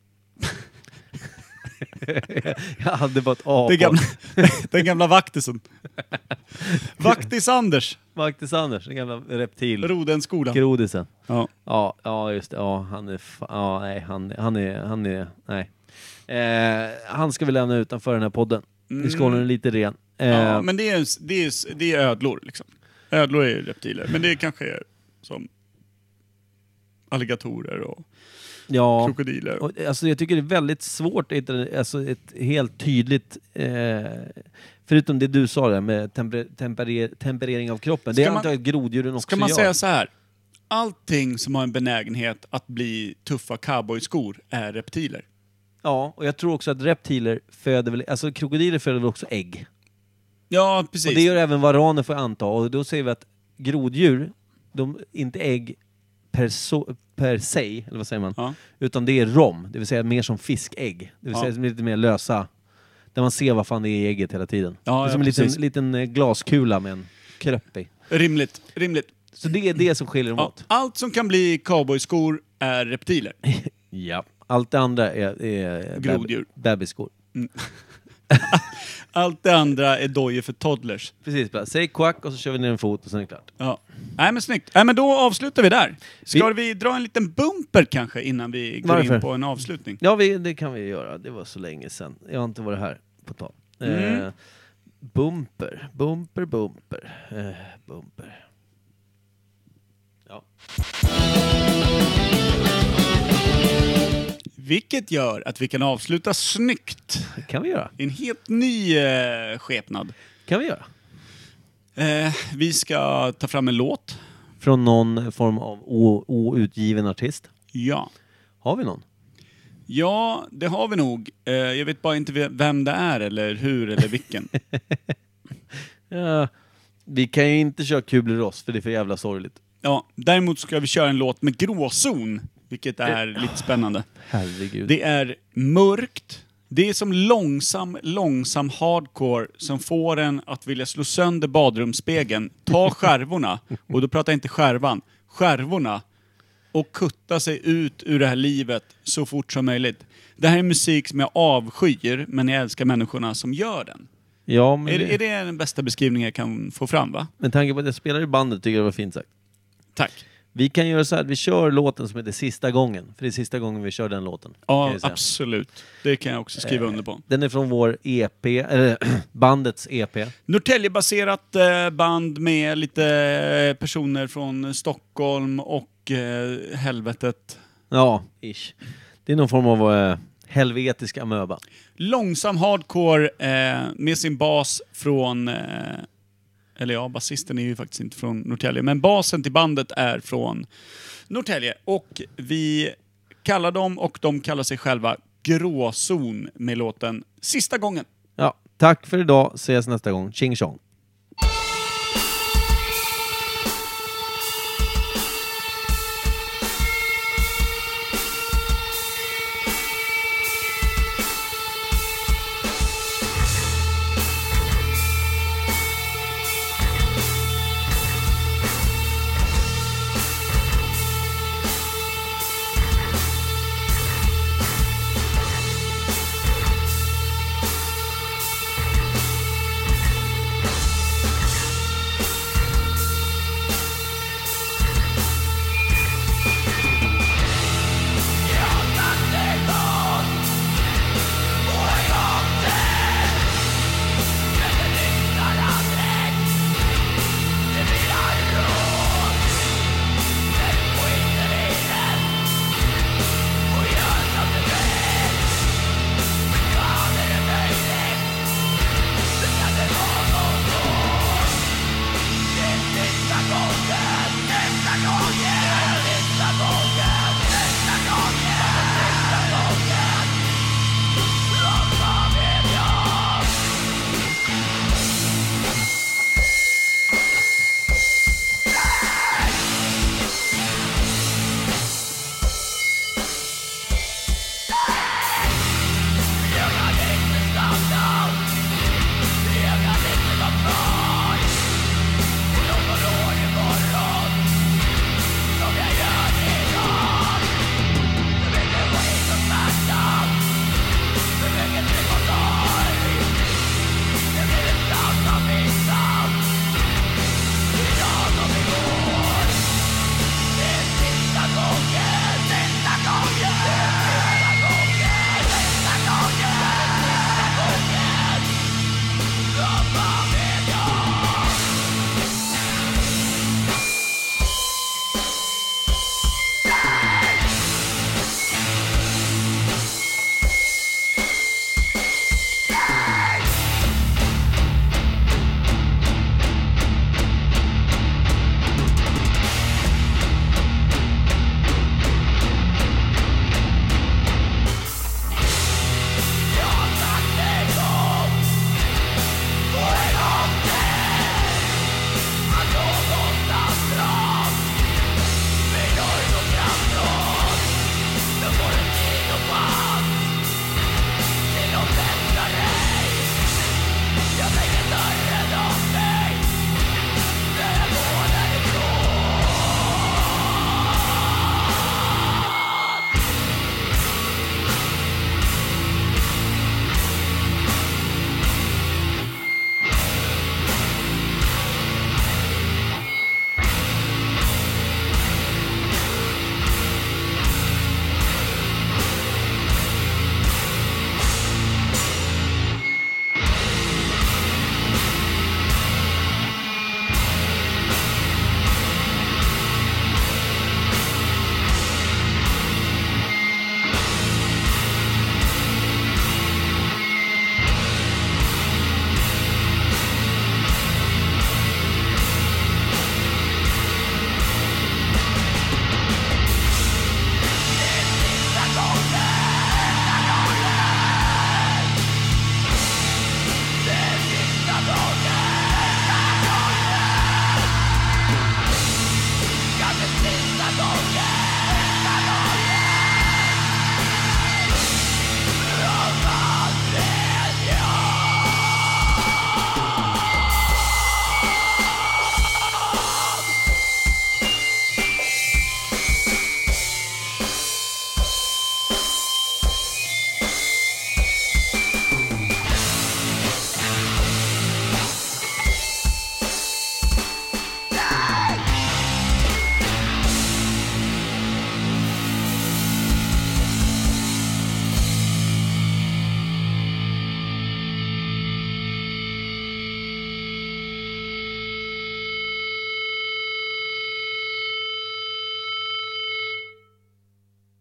Jag hade bara ett A Det den gamla vaktisen. Vaktis Anders. Vaktis Anders, den gamla reptil. Rodenskolan. Grodisen. Ja. Ja, just det. Ja, han är... nej, han är... Nej. Han ska vi lämna utanför den här podden. Vi ska hålla den lite ren. Ja, men det är ödlor liksom. Ödlor är ju reptiler. Men det kanske är som alligatorer och krokodiler. Och, alltså, jag tycker det är väldigt svårt att hitta alltså, ett helt tydligt... förutom det du sa där med temperering av kroppen. Det är antagligen groddjuren också. Ska man säga så här? Allting som har en benägenhet att bli tuffa cowboyskor är reptiler. Ja, och jag tror också att reptiler föder väl... Alltså krokodiler föder väl också ägg. Ja, precis. Och det gör även varaner får jag anta. Och då säger vi att groddjur, inte ägg per se, eller vad säger man? Ja. Utan det är rom, det vill säga mer som fiskägg. Det vill säga som lite mer lösa. Där man ser vad fan det är i ägget hela tiden. Ja, det är som en liten glaskula med en kröpp i. Rimligt. Så det är det som skiljer dem åt. Allt som kan bli cowboyskor är reptiler. Ja. Allt det andra är groddjur. Bebisskor. Allt det andra är dojor för toddlers. Precis, bara säg quack och så kör vi ner en fot och sen är det klart. Ja. Nej men snyggt. Nej men då avslutar vi där. Ska vi dra en liten bumper kanske innan vi går in på en avslutning? Ja, det kan vi göra. Det var så länge sedan. Jag har inte varit här på tal. Bumper. Ja. Vilket gör att vi kan avsluta snyggt. Det kan vi göra. En helt ny skepnad. Kan vi göra. Vi ska ta fram en låt. Från någon form av outgiven artist. Ja. Har vi någon? Ja, det har vi nog. Jag vet bara inte vem det är eller hur eller vilken. Ja, vi kan ju inte köra Kubler-Ross för det är för jävla sorgligt. Ja, däremot ska vi köra en låt med gråzon. Vilket är lite spännande. Herregud. Det är mörkt. Det är som långsam hardcore som får en att vilja slå sönder badrumsspegeln. Ta skärvorna, och då pratar jag inte skärvorna, och kutta sig ut ur det här livet så fort som möjligt. Det här är musik som jag avskyr, men jag älskar människorna som gör den. Ja, men Är det den bästa beskrivningen jag kan få fram, va? med tanke på att jag spelar i bandet tycker jag det var fint sagt. Tack. Vi kan göra så här, vi kör låten som heter Sista gången. För det är sista gången vi kör den låten. Ja, absolut. Det kan jag också skriva under på. Den är från vår EP, eller bandets EP. Norrtäljebaserat band med lite personer från Stockholm och helvetet. Ja, ish. Det är någon form av helvetisk amöba. Långsam hardcore med sin bas från... eller ja, basisten är ju faktiskt inte från Norrtälje. Men basen till bandet är från Norrtälje. Och vi kallar dem, och de kallar sig själva, Gråzon med låten Sista gången. Ja, tack för idag. Ses nästa gång. Tjing tjong.